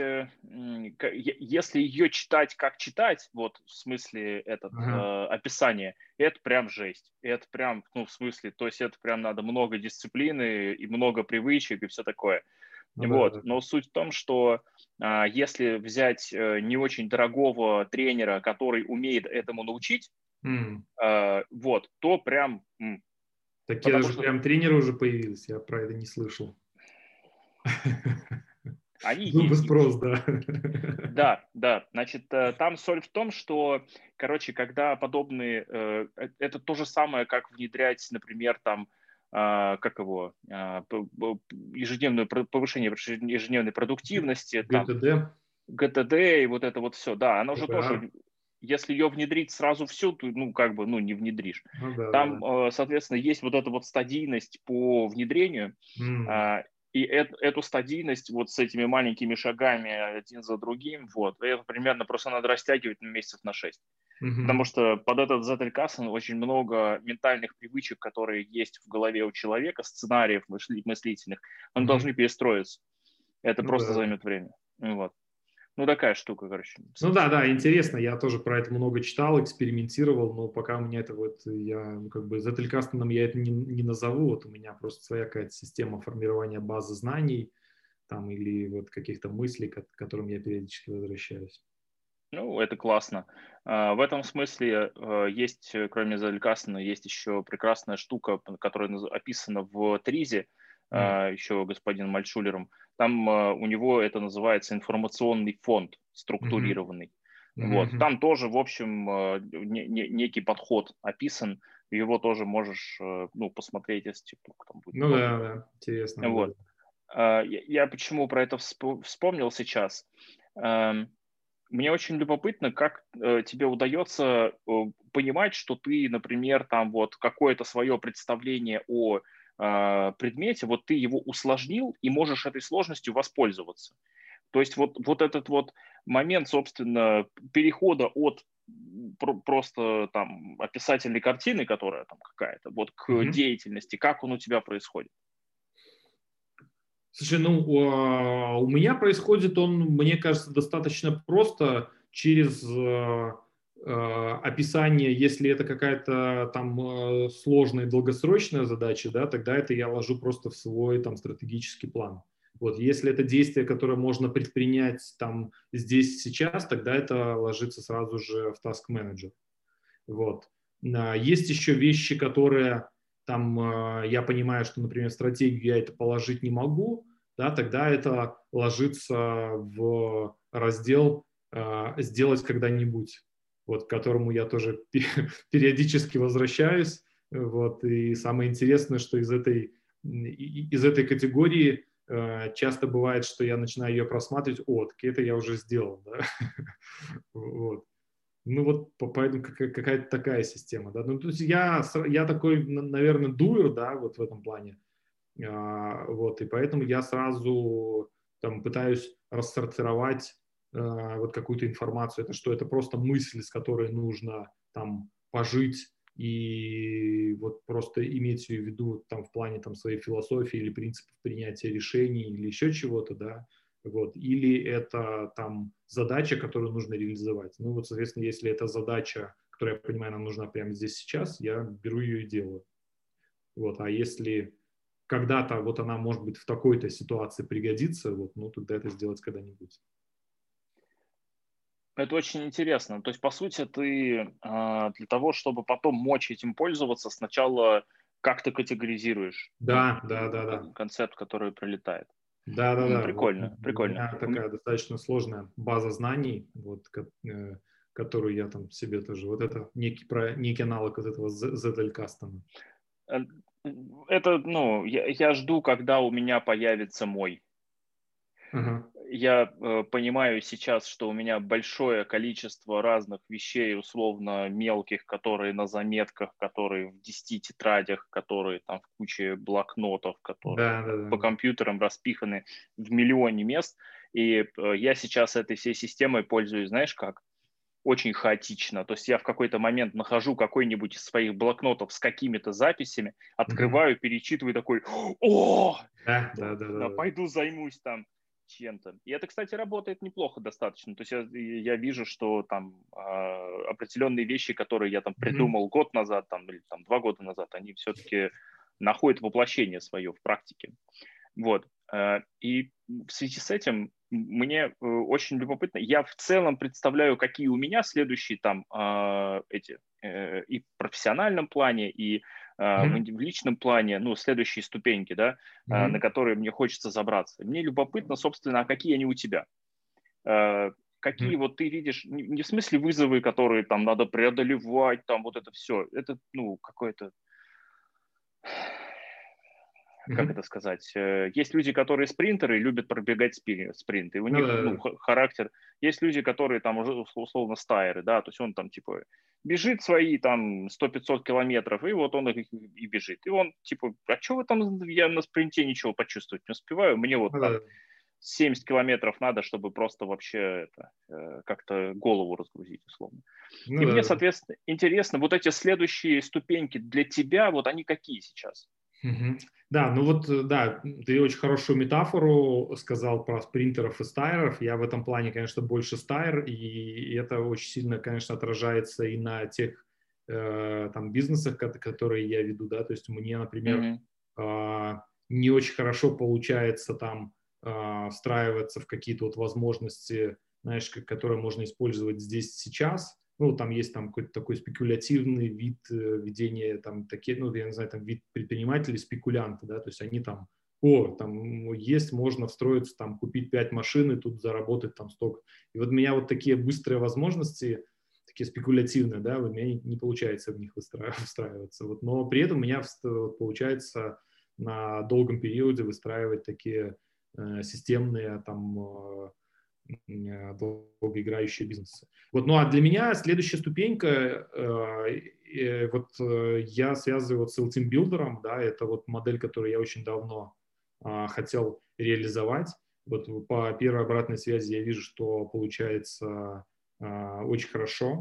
Speaker 1: если ее читать, как читать, вот в смысле этот ага. описание, это прям жесть. Это прям, ну, в смысле, то есть это прям надо много дисциплины и много привычек и все такое. Ну, вот. Да, да. Но суть в том, что если взять не очень дорогого тренера, который умеет этому научить, mm. вот, то прям...
Speaker 2: Такие даже что... прям тренеры уже появились, я про это не слышал.
Speaker 1: Они
Speaker 2: Был бы
Speaker 1: есть.
Speaker 2: спрос, да.
Speaker 1: Да, да. Значит, там соль в том, что, короче, когда подобные... Это то же самое, как внедрять, например, там, как его, ежедневное повышение ежедневной продуктивности.
Speaker 2: ГТД.
Speaker 1: ГТД и вот это вот все. Да, оно же тоже... Если ее внедрить сразу всю, то, ну, как бы, ну, не внедришь. Ну, да, там, да. соответственно, есть вот эта вот стадийность по внедрению, mm. и это, эту стадийность вот с этими маленькими шагами один за другим, вот, это примерно просто надо растягивать на месяцев на шесть. Mm-hmm. Потому что под этот Zettelkasten очень много ментальных привычек, которые есть в голове у человека, сценариев мыслительных, они mm-hmm. должны перестроиться. Это ну, просто да. займет время. Вот. Ну, такая штука, короче.
Speaker 2: Ну да, да, интересно, я тоже про это много читал, экспериментировал, но пока у меня это вот, я, ну, как бы, Zettelkasteном я это не, не назову, вот у меня просто своя какая-то система формирования базы знаний, там, или вот каких-то мыслей, к которым я периодически возвращаюсь.
Speaker 1: Ну, это классно. В этом смысле есть, кроме Zettelkastena, есть еще прекрасная штука, которая описана в Тризе, mm. еще господином Мальтшулером. Там у него это называется информационный фонд структурированный. Mm-hmm. Вот. Mm-hmm. Там тоже, в общем, не, не, некий подход описан. Его тоже можешь, ну, посмотреть, если там будет.
Speaker 2: Ну да, да, интересно.
Speaker 1: Вот. Я, я почему про это вспомнил сейчас. Мне очень любопытно, как э, тебе удается э, понимать, что ты, например, там вот какое-то свое представление о э, предмете, вот ты его усложнил и можешь этой сложностью воспользоваться. То есть вот, вот этот вот момент, собственно, перехода от про- просто там описательной картины, которая там какая-то, вот к
Speaker 2: Мгм.
Speaker 1: деятельности, как он у тебя происходит?
Speaker 2: Слушай, ну, а, у меня происходит он, мне кажется, достаточно просто через э, э, описание, если это какая-то там э, сложная долгосрочная задача, да, тогда это я ложу просто в свой там стратегический план. Вот, если это действие, которое можно предпринять там здесь сейчас, тогда это ложится сразу же в task manager. Вот. А, Есть еще вещи, которые там э, я понимаю, что, например, стратегию я это положить не могу, да, тогда это ложится в раздел э, «сделать когда-нибудь», вот, к которому я тоже периодически возвращаюсь. Вот, и самое интересное, что из этой, из этой категории э, часто бывает, что я начинаю ее просматривать, о, так это я уже сделал, да? Вот. Ну вот по- поэтому какая- какая-то такая система, да. Ну, то есть я, сра- я такой, н- наверное, дуэр, да, вот в этом плане. А, вот, и поэтому я сразу там пытаюсь рассортировать а, вот какую-то информацию. Это что? Это просто мысль, с которой нужно там пожить и вот просто иметь ее в виду там в плане там своей философии или принципов принятия решений или еще чего-то, да. Вот. Или это там задача, которую нужно реализовать. Ну вот, соответственно, если это задача, которая, я понимаю, нам нужна прямо здесь сейчас, я беру ее и делаю. Вот. А если когда-то вот она, может быть, в такой-то ситуации пригодится, вот, ну, тогда это сделать когда-нибудь.
Speaker 1: Это очень интересно. То есть, по сути, ты а, для того, чтобы потом мочь этим пользоваться, сначала как ты категоризируешь, ну,
Speaker 2: Да, да, да, да.
Speaker 1: кон- концепт, который прилетает.
Speaker 2: Да, да,
Speaker 1: М,
Speaker 2: да. Вот
Speaker 1: прикольно,
Speaker 2: у
Speaker 1: прикольно.
Speaker 2: меня
Speaker 1: У ме-
Speaker 2: такая достаточно сложная база знаний, вот, ко- э, которую я там себе тоже. Вот это некий, про, некий аналог вот этого Z- зет эль Custom.
Speaker 1: э, Это, ну, я, я жду, когда у меня появится мой.
Speaker 2: Ага.
Speaker 1: Я э, понимаю сейчас, что у меня большое количество разных вещей, условно мелких, которые на заметках, которые в десяти тетрадях, которые там в куче блокнотов, которые
Speaker 2: Да, да,
Speaker 1: там
Speaker 2: да,
Speaker 1: по
Speaker 2: да.
Speaker 1: компьютерам распиханы в миллионе мест. И э, я сейчас этой всей системой пользуюсь, знаешь как? Очень хаотично. То есть я в какой-то момент нахожу какой-нибудь из своих блокнотов с какими-то записями,
Speaker 2: Мгм.
Speaker 1: открываю, перечитываю такой, о,
Speaker 2: Да,
Speaker 1: да
Speaker 2: да, да, да,
Speaker 1: ладно,
Speaker 2: да.
Speaker 1: пойду займусь там чем-то. И это, кстати, работает неплохо достаточно. То есть я, я вижу, что там э, определенные вещи, которые я там
Speaker 2: Мгм.
Speaker 1: придумал год назад там, или там два года назад, они все-таки находят воплощение свое в практике. Вот. Э, И в связи с этим мне э, очень любопытно. Я в целом представляю, какие у меня следующие там э, эти э, и в профессиональном плане, и э, в
Speaker 2: Мгм.
Speaker 1: инди- в личном плане, ну, следующие ступеньки, да, э, на
Speaker 2: Мгм.
Speaker 1: которые мне хочется забраться. Мне любопытно, собственно, а какие они у тебя? Э, Какие
Speaker 2: Мгм.
Speaker 1: вот ты видишь, не не в смысле вызовы, которые там надо преодолевать, там вот это все. Это, ну, какое-то как
Speaker 2: Мгм.
Speaker 1: это сказать, э, есть люди, которые спринтеры, любят пробегать спи- спринты, у
Speaker 2: Ну
Speaker 1: них,
Speaker 2: да, да,
Speaker 1: ну,
Speaker 2: да.
Speaker 1: х- характер. Есть люди, которые там уже ус- условно стайеры, да, то есть он там, типа, бежит свои там сто-пятьсот километров, и вот он их и бежит. И он, типа, а что вы там, я на спринте ничего почувствовать не успеваю, мне вот
Speaker 2: Ну
Speaker 1: там
Speaker 2: да.
Speaker 1: семьдесят километров надо, чтобы просто вообще это, э, как-то голову разгрузить, условно.
Speaker 2: Ну
Speaker 1: И
Speaker 2: да,
Speaker 1: мне,
Speaker 2: да.
Speaker 1: соответственно, интересно, вот эти следующие ступеньки для тебя, вот они какие сейчас?
Speaker 2: Мгм. Да, ну вот, э, да, ты очень хорошую метафору сказал про спринтеров и стайеров. Я в этом плане, конечно, больше стайер, и и это очень сильно, конечно, отражается и на тех э, там бизнесах, ко- которые я веду, да, то есть мне, например,
Speaker 1: Мгм.
Speaker 2: а, не очень хорошо получается там а, встраиваться в какие-то вот возможности, знаешь, к- которые можно использовать здесь сейчас. Ну, там есть там какой-то такой спекулятивный вид э, ведения, там такие, ну, я не знаю, там вид предпринимателей, спекулянты, да, то есть они там, о, там есть, можно встроиться, там, купить пять машин и тут заработать там столько. И вот у меня вот такие быстрые возможности, такие спекулятивные, да, у меня не, не получается в них выстра- встраиваться. Вот, но при этом у меня вст- вот получается на долгом периоде выстраивать такие э, системные там э, э, долгоиграющие бизнесы. Вот, ну а для меня следующая ступенька, э, э, вот э, я связываю вот с Ultimate Builder, да, это вот модель, которую я очень давно э, хотел реализовать. Вот по первой обратной связи я вижу, что получается э, очень хорошо.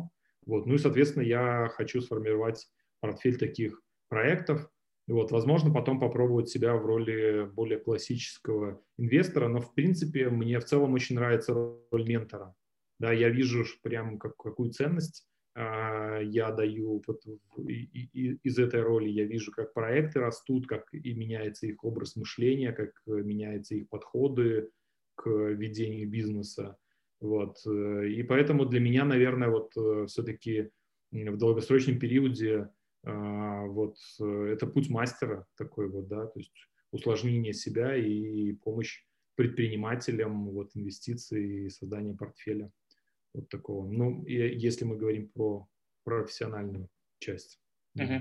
Speaker 2: Вот. Ну и, соответственно, я хочу сформировать портфель таких проектов. Вот. Возможно, потом попробовать себя в роли более классического инвестора, но, в принципе, мне в целом очень нравится роль ментора. Да, я вижу прям как, какую ценность а, я даю вот, в, и, и, из этой роли. Я вижу, как проекты растут, как и меняется их образ мышления, как меняются их подходы к ведению бизнеса. Вот. И поэтому для меня, наверное, вот все-таки в долгосрочном периоде вот это путь мастера такой вот, да, то есть усложнение себя и помощь предпринимателям, вот инвестиции и создание портфеля вот такого. Ну, и если мы говорим про профессиональную часть.
Speaker 1: Угу.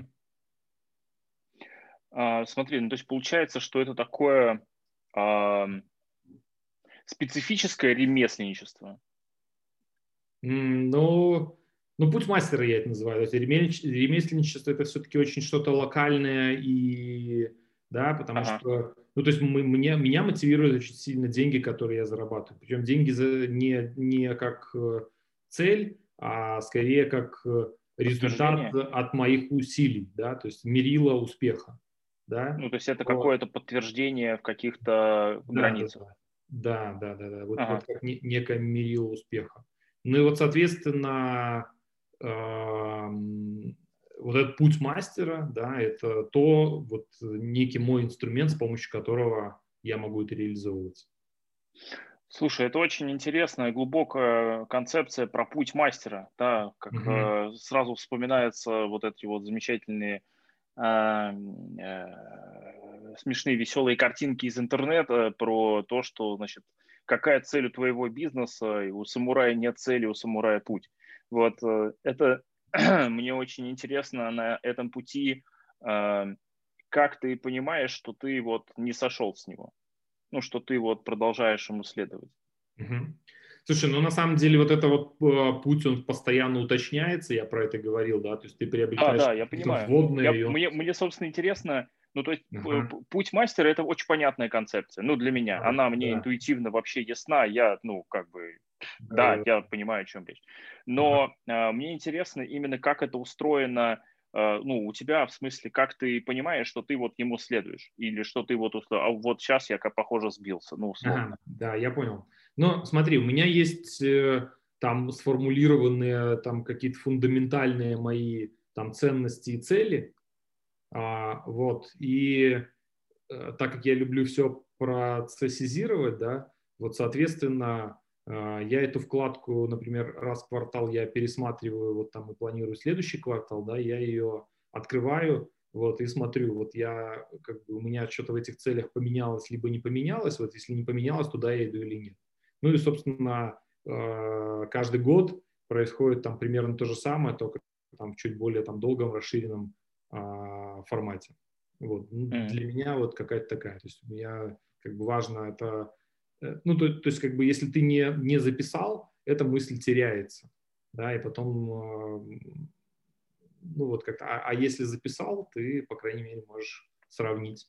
Speaker 1: А, смотри, ну то есть получается, что это такое а, специфическое ремесленничество.
Speaker 2: Ну, ну, путь мастера я это называю. То есть ремесленничество это все-таки очень что-то локальное и, да, потому
Speaker 1: Ага.
Speaker 2: что, ну, то есть мы, мне, меня мотивируют очень сильно деньги, которые я зарабатываю. Причем деньги за, не, не как цель, а скорее как результат от моих усилий, да, то есть мерило успеха, да.
Speaker 1: Ну, то есть это
Speaker 2: Но,
Speaker 1: какое-то подтверждение в каких-то
Speaker 2: да,
Speaker 1: границах.
Speaker 2: Да, да, да, да. Вот,
Speaker 1: Ага.
Speaker 2: вот как не, некое мерило успеха. Ну и вот, соответственно, эм, вот этот путь мастера, да, это то, вот некий мой инструмент, с помощью которого я могу это реализовывать.
Speaker 1: Слушай, это очень интересная, глубокая концепция про путь мастера, да, как
Speaker 2: Мгм.
Speaker 1: э, сразу вспоминаются вот эти вот замечательные э, э, смешные, веселые картинки из интернета про то, что, значит, какая цель у твоего бизнеса, и у самурая нет цели, у самурая путь. Вот э, это мне очень интересно на этом пути, э, как ты понимаешь, что ты вот не сошел с него. Ну, что ты вот продолжаешь ему следовать.
Speaker 2: Мгм. Слушай, ну на самом деле вот это вот э, путь, он постоянно уточняется, я про это говорил, да, то есть ты
Speaker 1: Да,
Speaker 2: приобретаешь
Speaker 1: да, я
Speaker 2: какие-то
Speaker 1: понимаю. Я,
Speaker 2: вводные, и он...
Speaker 1: мне, мне, собственно, интересно, ну, то есть п-
Speaker 2: Ага,
Speaker 1: п- путь мастера – это очень понятная концепция, ну, для меня.
Speaker 2: да,
Speaker 1: Она мне
Speaker 2: да,
Speaker 1: интуитивно вообще ясна, я, ну, как бы,
Speaker 2: да,
Speaker 1: да,
Speaker 2: да,
Speaker 1: я понимаю, о чем речь.
Speaker 2: ага.
Speaker 1: Но э, мне интересно именно, как это устроено, э, ну, у тебя, в смысле, как ты понимаешь, что ты вот ему следуешь, или что ты вот, услов- а вот сейчас я, как похоже, сбился, ну, условно.
Speaker 2: Ага, да, я понял. Но смотри, у меня есть э, там сформулированные там какие-то фундаментальные мои там ценности и цели, а, вот, и э, так как я люблю все процессизировать, да, вот, соответственно, э, я эту вкладку, например, раз в квартал я пересматриваю, вот там и планирую следующий квартал, да, я ее открываю, вот, и смотрю, вот я, как бы, у меня что-то в этих целях поменялось, либо не поменялось, вот, если не поменялось, туда я иду или нет. Ну и, собственно, э, каждый год происходит там примерно то же самое, только там в чуть более там долгом, расширенном а, формате. Вот. Ну,
Speaker 1: Мгм.
Speaker 2: для меня вот какая-то такая. То есть у меня как бы важно это... э, Ну, то, то есть как бы если ты не, не записал, эта мысль теряется. Да, и потом... э, Ну, вот как-то... А, а если записал, ты, по крайней мере, можешь сравнить.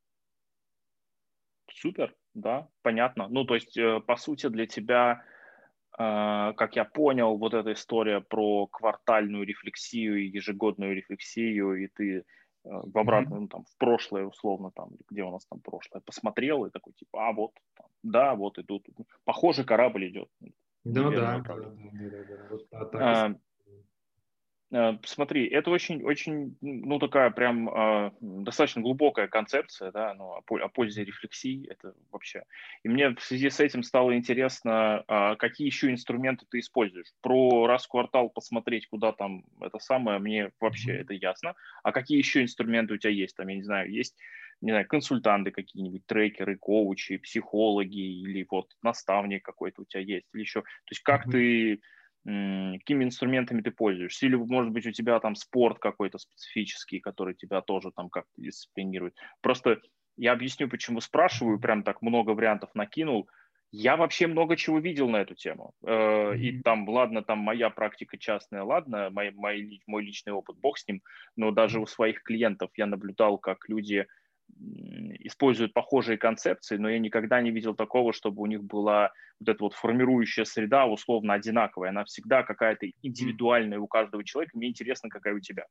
Speaker 1: Супер, да, понятно. Ну, то есть, э, по сути, для тебя, э, как я понял, вот эта история про квартальную рефлексию и ежегодную рефлексию, и ты э, в
Speaker 2: Мгм.
Speaker 1: обратном, ну, там, в прошлое, условно, там, где у нас там прошлое, посмотрел и такой, типа, а вот, там, да, вот идут, похоже, корабль идет в
Speaker 2: Да,
Speaker 1: неверном
Speaker 2: да, да,
Speaker 1: направлении.
Speaker 2: да, да, да, да. Вот а так и...
Speaker 1: А, Э, Смотри, это очень, очень, ну, такая прям э, достаточно глубокая концепция, да, ну, о, пол- о пользе рефлексии, это вообще. И мне в связи с этим стало интересно, а, какие еще инструменты ты используешь. Про раз в квартал посмотреть, куда там это самое, мне вообще
Speaker 2: Мгм.
Speaker 1: это ясно. А какие еще инструменты у тебя есть? Там, я не знаю, есть, не знаю, консультанты какие-нибудь, трекеры, коучи, психологи или вот наставник какой-то у тебя есть, или еще. То есть как
Speaker 2: Мгм.
Speaker 1: ты какими инструментами ты пользуешься, или, может быть, у тебя там спорт какой-то специфический, который тебя тоже там как-то дисциплинирует. Просто я объясню, почему спрашиваю, прям так много вариантов накинул. Я вообще много чего видел на эту тему. Э, И
Speaker 2: Мгм.
Speaker 1: там, ладно, там моя практика частная, ладно, мой, мой, мой личный опыт, бог с ним, но даже у своих клиентов я наблюдал, как люди используют похожие концепции, но я никогда не видел такого, чтобы у них была вот эта вот формирующая среда условно одинаковая. Она всегда какая-то индивидуальная у каждого человека. Мне интересно, какая у тебя.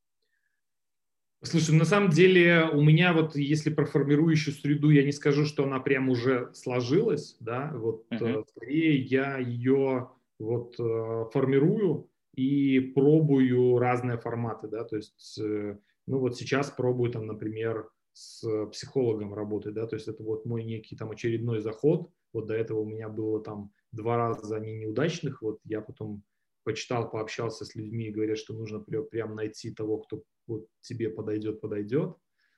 Speaker 2: Слушай, на самом деле у меня вот, если про формирующую среду, я не скажу, что она прям уже сложилась, да, вот
Speaker 1: Uh-huh.
Speaker 2: э, скорее я ее вот э, формирую и пробую разные форматы, да, то есть, э, ну вот сейчас пробую там, например, с психологом работать, да, то есть это вот мой некий там очередной заход, вот до этого у меня было там два раза не неудачных, вот я потом почитал, пообщался с людьми и говорят, что нужно прям найти того, кто вот тебе подойдет, подойдет.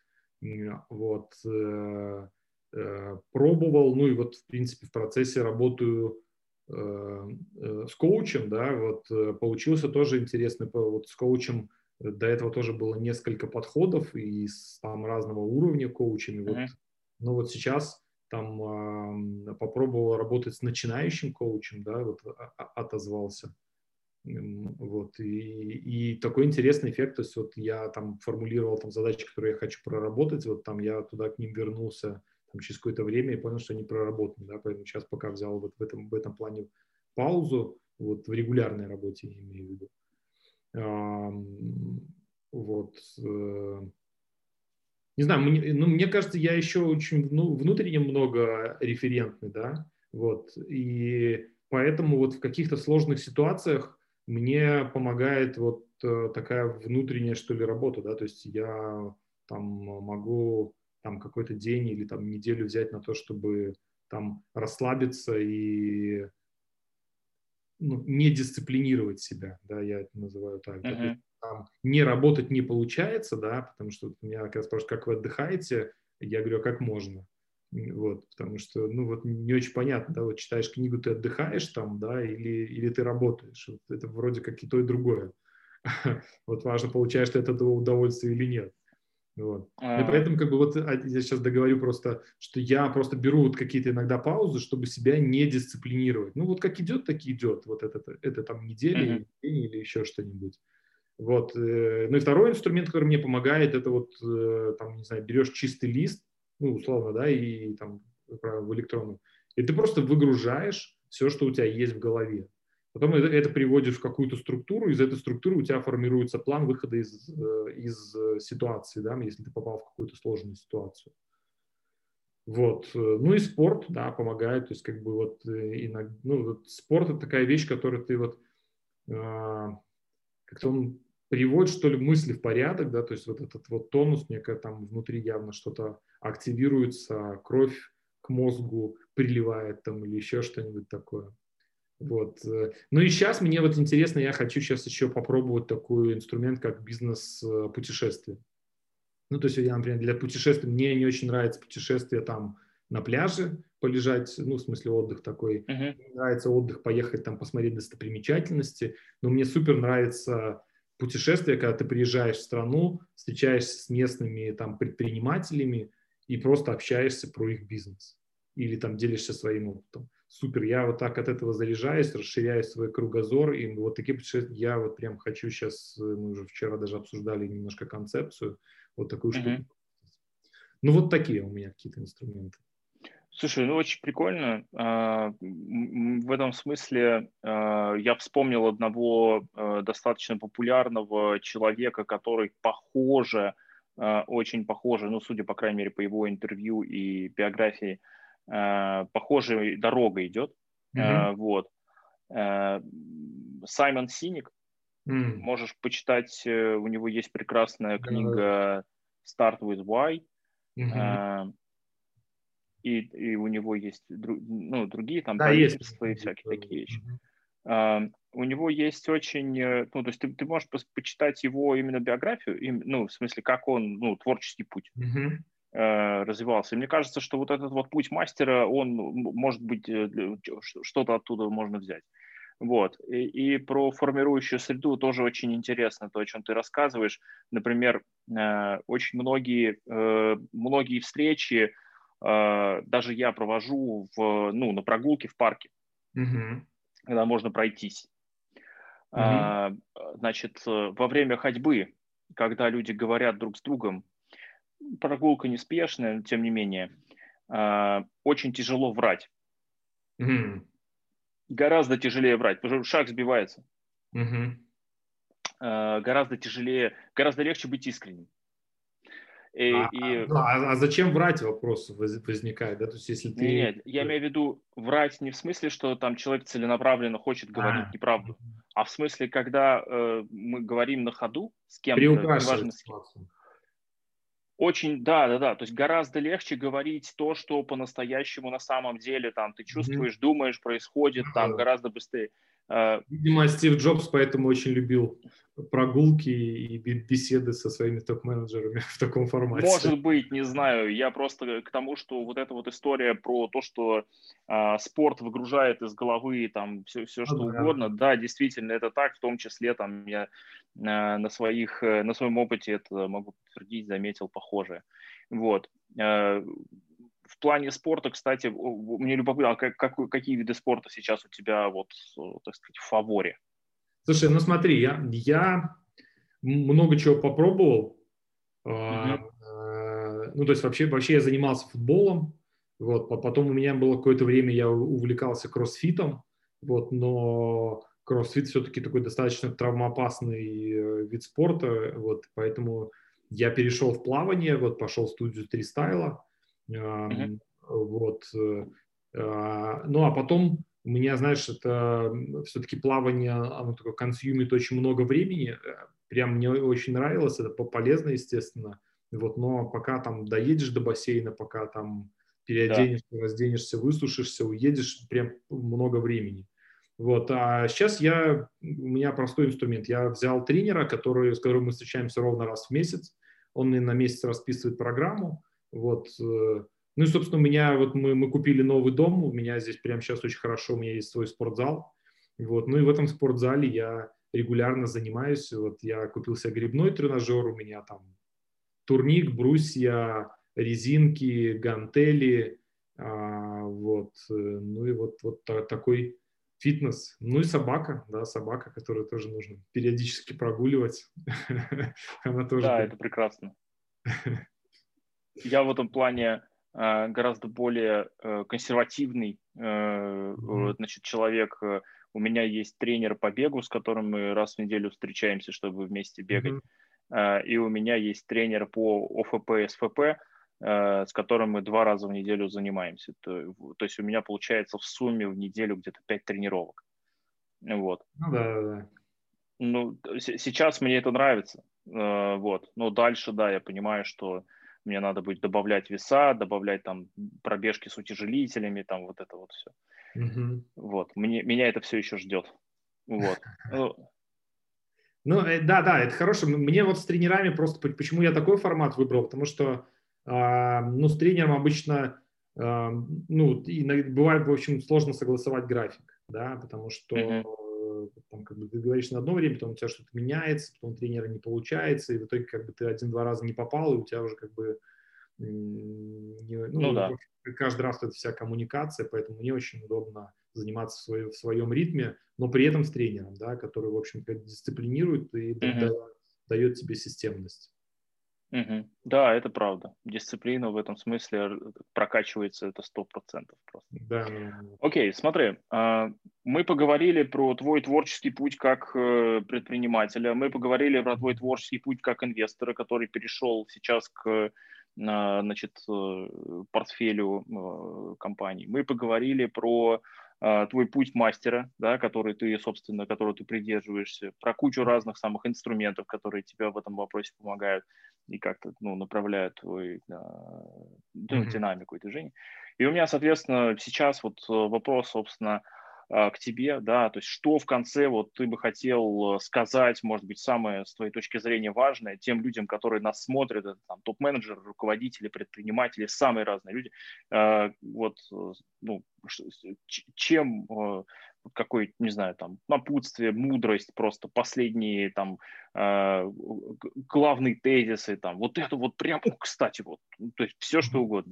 Speaker 2: Вот. Э, э, пробовал, ну и вот, в принципе, в процессе работаю э, э, с коучем, да, вот э, получился тоже интересный, вот с коучем до этого тоже было несколько подходов и с там разного уровня коучами, вот,
Speaker 1: Uh-huh.
Speaker 2: ну вот сейчас там э, попробовал работать с начинающим коучем, да, вот отозвался. Вот, и, и такой интересный эффект, то есть вот я там формулировал там задачи, которые я хочу проработать, вот там я туда к ним вернулся там, через какое-то время и понял, что они проработаны, да, поэтому сейчас пока взял вот в этом, в этом плане паузу, вот в регулярной работе я имею в виду. А, вот, э, не знаю, мне, ну, мне кажется, я еще очень ну, внутренне много референтный, да, вот, и поэтому вот в каких-то сложных ситуациях мне помогает вот э, такая внутренняя, что ли, работа, да, то есть я там могу там какой-то день или там неделю взять на то, чтобы там расслабиться и ну, не дисциплинировать себя, да, я это называю так, да, то есть
Speaker 1: Uh-huh.
Speaker 2: там не работать не получается, да, потому что у меня как раз спрашивают, как вы отдыхаете, я говорю, а как можно, вот, потому что, ну, вот не очень понятно, да, вот читаешь книгу, ты отдыхаешь там, да, или, или ты работаешь, вот это вроде как и то, и другое, вот важно, получаешь ты от этого удовольствие или нет. Вот. И
Speaker 1: Uh-huh.
Speaker 2: поэтому как бы вот я сейчас договорю просто, что я просто беру вот какие-то иногда паузы, чтобы себя не дисциплинировать. Ну вот как идет, так и идет. Вот это, это там неделя
Speaker 1: Uh-huh.
Speaker 2: или день или еще что-нибудь. Вот. э, Ну и второй инструмент, который мне помогает, это вот э, там, не знаю, берешь чистый лист, ну условно, да, и там в электронном, и ты просто выгружаешь все, что у тебя есть в голове. Потом это, это приводишь в какую-то структуру, из этой структуры у тебя формируется план выхода из, э, из э, ситуации, да, если ты попал в какую-то сложную ситуацию. Вот. Ну и спорт, да, помогает, то есть как бы вот э, иногда, ну вот спорт это такая вещь, которую ты вот э, как-то он приводит, что ли, мысли в порядок, да, то есть вот этот вот тонус, мне кажется, там внутри явно что-то активируется, кровь к мозгу приливает там или еще что-нибудь такое. Вот. Ну и сейчас мне вот интересно, я хочу сейчас еще попробовать такой инструмент, как бизнес-путешествие. Ну, то есть я, например, для путешествий, мне не очень нравится путешествие там на пляже полежать, ну, в смысле отдых такой.
Speaker 1: Uh-huh.
Speaker 2: Мне нравится отдых, поехать там посмотреть достопримечательности, но мне супер нравится путешествие, когда ты приезжаешь в страну, встречаешься с местными там предпринимателями и просто общаешься про их бизнес. Или там делишься своим опытом. Супер, я вот так от этого заряжаюсь, расширяю свой кругозор, и вот такие путешествия, я вот прям хочу сейчас, мы уже вчера даже обсуждали немножко концепцию, вот такую
Speaker 1: Uh-huh.
Speaker 2: штуку. Ну, вот такие у меня какие-то инструменты.
Speaker 1: Слушай, ну очень прикольно. А, В этом смысле а, я вспомнил одного а, достаточно популярного человека, который похоже, а, очень похоже, ну, судя, по крайней мере, по его интервью и биографии, а, похожей дорогой идет.
Speaker 2: Мгм.
Speaker 1: А, Вот. А, Саймон Синик,
Speaker 2: М.
Speaker 1: можешь почитать, э, у него есть прекрасная
Speaker 2: Да, да, да.
Speaker 1: книга Start with Why.
Speaker 2: Мгм.
Speaker 1: А, и, и у него есть дру- ну, другие там
Speaker 2: Да, есть.
Speaker 1: правительства и всякие такие вещи.
Speaker 2: Мгм.
Speaker 1: А, у него есть очень, э, ну, то есть ты, ты можешь пос- почитать его именно биографию, им- ну, в смысле, как он, ну, творческий путь
Speaker 2: Мгм.
Speaker 1: э, развивался. И мне кажется, что вот этот вот путь мастера, он, м, может быть, э, для- ш- что-то оттуда можно взять. Вот. И, и про формирующую среду тоже очень интересно, то, о чем ты рассказываешь. Например, э, очень многие, э, многие встречи э, даже я провожу в, ну, на прогулке в парке,
Speaker 2: Мгм.
Speaker 1: когда можно пройтись.
Speaker 2: Мгм.
Speaker 1: А, Значит, э, во время ходьбы, когда люди говорят друг с другом, прогулка неспешная, но тем не менее, э, очень тяжело врать.
Speaker 2: Мгм.
Speaker 1: Гораздо тяжелее врать, потому что шаг сбивается.
Speaker 2: Мгм.
Speaker 1: Э, гораздо тяжелее, гораздо легче быть искренним. И,
Speaker 2: А, а,
Speaker 1: и
Speaker 2: ну, а- а зачем врать, вопрос воз- возникает, да? То есть если
Speaker 1: не,
Speaker 2: ты...
Speaker 1: не, я имею в виду врать не в смысле, что там человек целенаправленно хочет говорить
Speaker 2: А,
Speaker 1: неправду, а в смысле, когда э, мы говорим на ходу с кем-то, неважно
Speaker 2: приукрашивать
Speaker 1: с кем.
Speaker 2: ситуацию.
Speaker 1: Очень, да, да, да. То есть гораздо легче говорить то, что по-настоящему на самом деле там ты
Speaker 2: Мгм.
Speaker 1: чувствуешь, думаешь,
Speaker 2: Ну
Speaker 1: происходит, там
Speaker 2: да.
Speaker 1: гораздо быстрее. Э,
Speaker 2: Видимо, Стив Джобс поэтому очень любил прогулки и бе- беседы со своими топ-менеджерами в таком формате.
Speaker 1: Может быть, не знаю. Я просто к тому, что вот эта вот история про то, что а, спорт выгружает из головы там все, все
Speaker 2: Ну
Speaker 1: что
Speaker 2: да,
Speaker 1: угодно.
Speaker 2: да.
Speaker 1: Да, действительно, это так. В том числе там я а, на своих, э, на своем опыте это могу подтвердить, заметил похожее. Вот. Э, В плане спорта, кстати, у- у- мне любопытно, а как, какой- какие виды спорта сейчас у тебя вот, э, так сказать, в фаворе?
Speaker 2: Слушай, ну смотри, я, я много чего попробовал. А,
Speaker 1: Мгм.
Speaker 2: а, Ну, то есть вообще, вообще я занимался футболом, вот, по- потом у меня было какое-то время, я у- увлекался кроссфитом, вот, но кроссфит все-таки такой достаточно травмоопасный э, вид спорта, вот, поэтому я перешел в плавание, вот, пошел в студию фристайла,
Speaker 1: Мгм.
Speaker 2: ам, вот, э, а, ну, а потом у меня, знаешь, это все-таки плавание, оно такое консюмит очень много времени, прям мне очень нравилось, это по- полезно, естественно. Вот, но пока там доедешь до бассейна, пока там
Speaker 1: Да.
Speaker 2: переоденешься, разденешься, высушишься, уедешь, прям много времени. Вот, а сейчас я, у меня простой инструмент. Я взял тренера, который, с которым мы встречаемся ровно раз в месяц. Он мне на месяц расписывает программу. Вот, э, ну и, собственно, у меня, вот мы, мы купили новый дом, у меня здесь прямо сейчас очень хорошо, у меня есть свой спортзал. Вот, ну и в этом спортзале я регулярно занимаюсь. Вот я купил себе грибной тренажер, у меня там турник, брусья, резинки, гантели, а, вот, э, ну и вот, вот та- такой фитнес. Ну и собака, да, собака, которую тоже нужно периодически прогуливать. Она тоже
Speaker 1: Да,
Speaker 2: для...
Speaker 1: это прекрасно. Я в этом плане э, гораздо более э, консервативный, э, э,
Speaker 2: Мгм.
Speaker 1: значит, человек. Э, У меня есть тренер по бегу, с которым мы раз в неделю встречаемся, чтобы вместе бегать.
Speaker 2: Мгм.
Speaker 1: Э, И у меня есть тренер по О Ф П, С Ф П, э, с которым мы два раза в неделю занимаемся. То, то есть у меня получается в сумме в неделю где-то пять тренировок. Вот.
Speaker 2: Ну да, да, да.
Speaker 1: Ну, с- сейчас мне это нравится. Э, Вот. Но дальше, да, я понимаю, что мне надо будет добавлять веса, добавлять там пробежки с утяжелителями, там вот это вот все.
Speaker 2: Мгм.
Speaker 1: Вот. Мне, меня это все еще ждет. Вот. Ну,
Speaker 2: Ну, э, да, да, это хорошо. М- Мне вот с тренерами просто, п- почему я такой формат выбрал, потому что, а, ну, с тренером обычно, а, ну, иногда бывает, в общем, сложно согласовать график, да, потому что
Speaker 1: мгм.
Speaker 2: э, там, как бы ты говоришь на одно время, потом у тебя что-то меняется, потом у тренера не получается, и в итоге как бы ты один-два раза не попал, и у тебя уже как бы, м, не-
Speaker 1: Ну
Speaker 2: ну, в
Speaker 1: да.
Speaker 2: общем, каждый раз это вся коммуникация, поэтому мне очень удобно заниматься в, свое- в своем ритме, но при этом с тренером, да, который, в общем-то, дисциплинирует и да-
Speaker 1: Мгм.
Speaker 2: да- дает тебе системность.
Speaker 1: Мгм. Да, это правда. Дисциплина в этом смысле р- прокачивается это сто процентов просто.
Speaker 2: Да, да, да.
Speaker 1: Окей, смотри, а, мы поговорили про твой творческий путь как э, предпринимателя, мы поговорили про твой творческий путь как инвестора, который перешел сейчас к а, значит, э, портфелю э, компаний. Мы поговорили про а, твой путь мастера, да, который ты, собственно, которого ты придерживаешься, про кучу разных самых инструментов, которые тебе в этом вопросе помогают и как-то ну, направляют твою а, ну,
Speaker 2: Мгм.
Speaker 1: динамику и движение. И у меня, соответственно, сейчас вот э, вопрос, собственно, а, к тебе, да, то есть что в конце вот ты бы хотел э, сказать, может быть, самое с твоей точки зрения важное тем людям, которые нас смотрят, это там топ-менеджеры, руководители, предприниматели, самые разные люди, э, вот, э, ну, ш- ч- чем, э, вот какой, не знаю, там, напутствие, мудрость, просто последние там э, г- главные тезисы, там, вот это вот прям, ух, кстати, вот, ну, то есть все что угодно.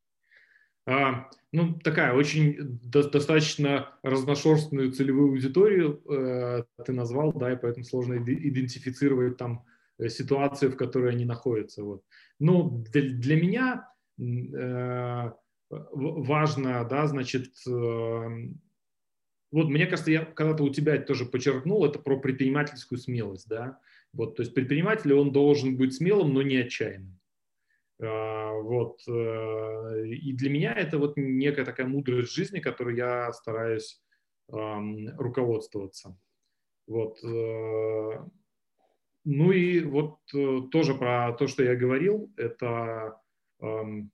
Speaker 2: А, ну, такая очень до- достаточно разношерстную целевую аудиторию э, ты назвал, да, и поэтому сложно иде- идентифицировать там ситуацию, в которой они находятся. Вот. Ну, для, для меня э, важно, да, значит, э, вот мне кажется, я когда-то у тебя это тоже подчеркнул, это про предпринимательскую смелость, да, вот, то есть предприниматель, он должен быть смелым, но не отчаянным. Uh, вот, uh, и для меня это вот некая такая мудрость жизни, которой я стараюсь um, руководствоваться. Вот, uh, ну и вот uh, тоже про то, что я говорил, это um,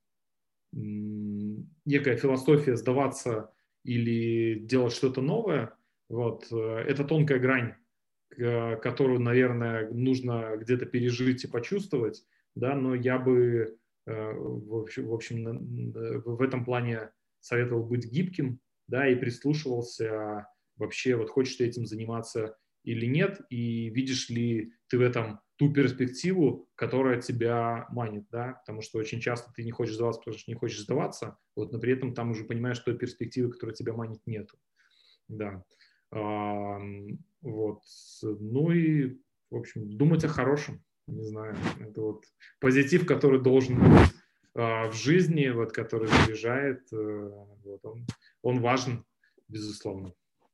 Speaker 2: некая философия сдаваться или делать что-то новое. Вот, uh, это тонкая грань, которую, наверное, нужно где-то пережить и почувствовать. Да, но я бы э, в общем, в общем в этом плане советовал быть гибким, да, и прислушивался вообще, вот хочешь ты этим заниматься или нет, и видишь ли ты в этом ту перспективу, которая тебя манит, да, потому что очень часто ты не хочешь сдаваться, потому что не хочешь сдаваться, вот, но при этом там уже понимаешь, что той перспективы, которая тебя манит, нету, да, а, вот, ну и, в общем, думать о хорошем. Не знаю, это вот позитив, который должен быть э, в жизни, вот, который заряжает, э, вот, он, он важен, безусловно.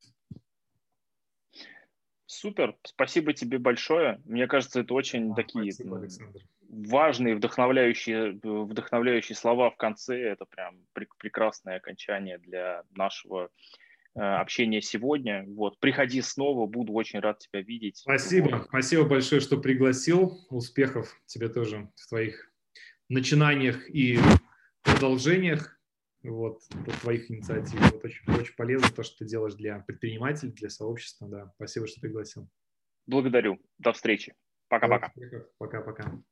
Speaker 1: Супер, спасибо тебе большое. Мне кажется, это очень
Speaker 2: А,
Speaker 1: такие
Speaker 2: спасибо, Александр.
Speaker 1: важные, вдохновляющие, вдохновляющие слова в конце. Это прям прекрасное окончание для нашего общения сегодня. Вот, приходи снова, буду очень рад тебя видеть.
Speaker 2: Спасибо,
Speaker 1: вот.
Speaker 2: Спасибо большое, что пригласил. Успехов тебе тоже в твоих начинаниях и продолжениях, вот, твоих инициатив. Вот очень, очень полезно то, что ты делаешь для предпринимателей, для сообщества. Да. Спасибо, что пригласил.
Speaker 1: Благодарю. До встречи. Пока-пока.
Speaker 2: Пока-пока.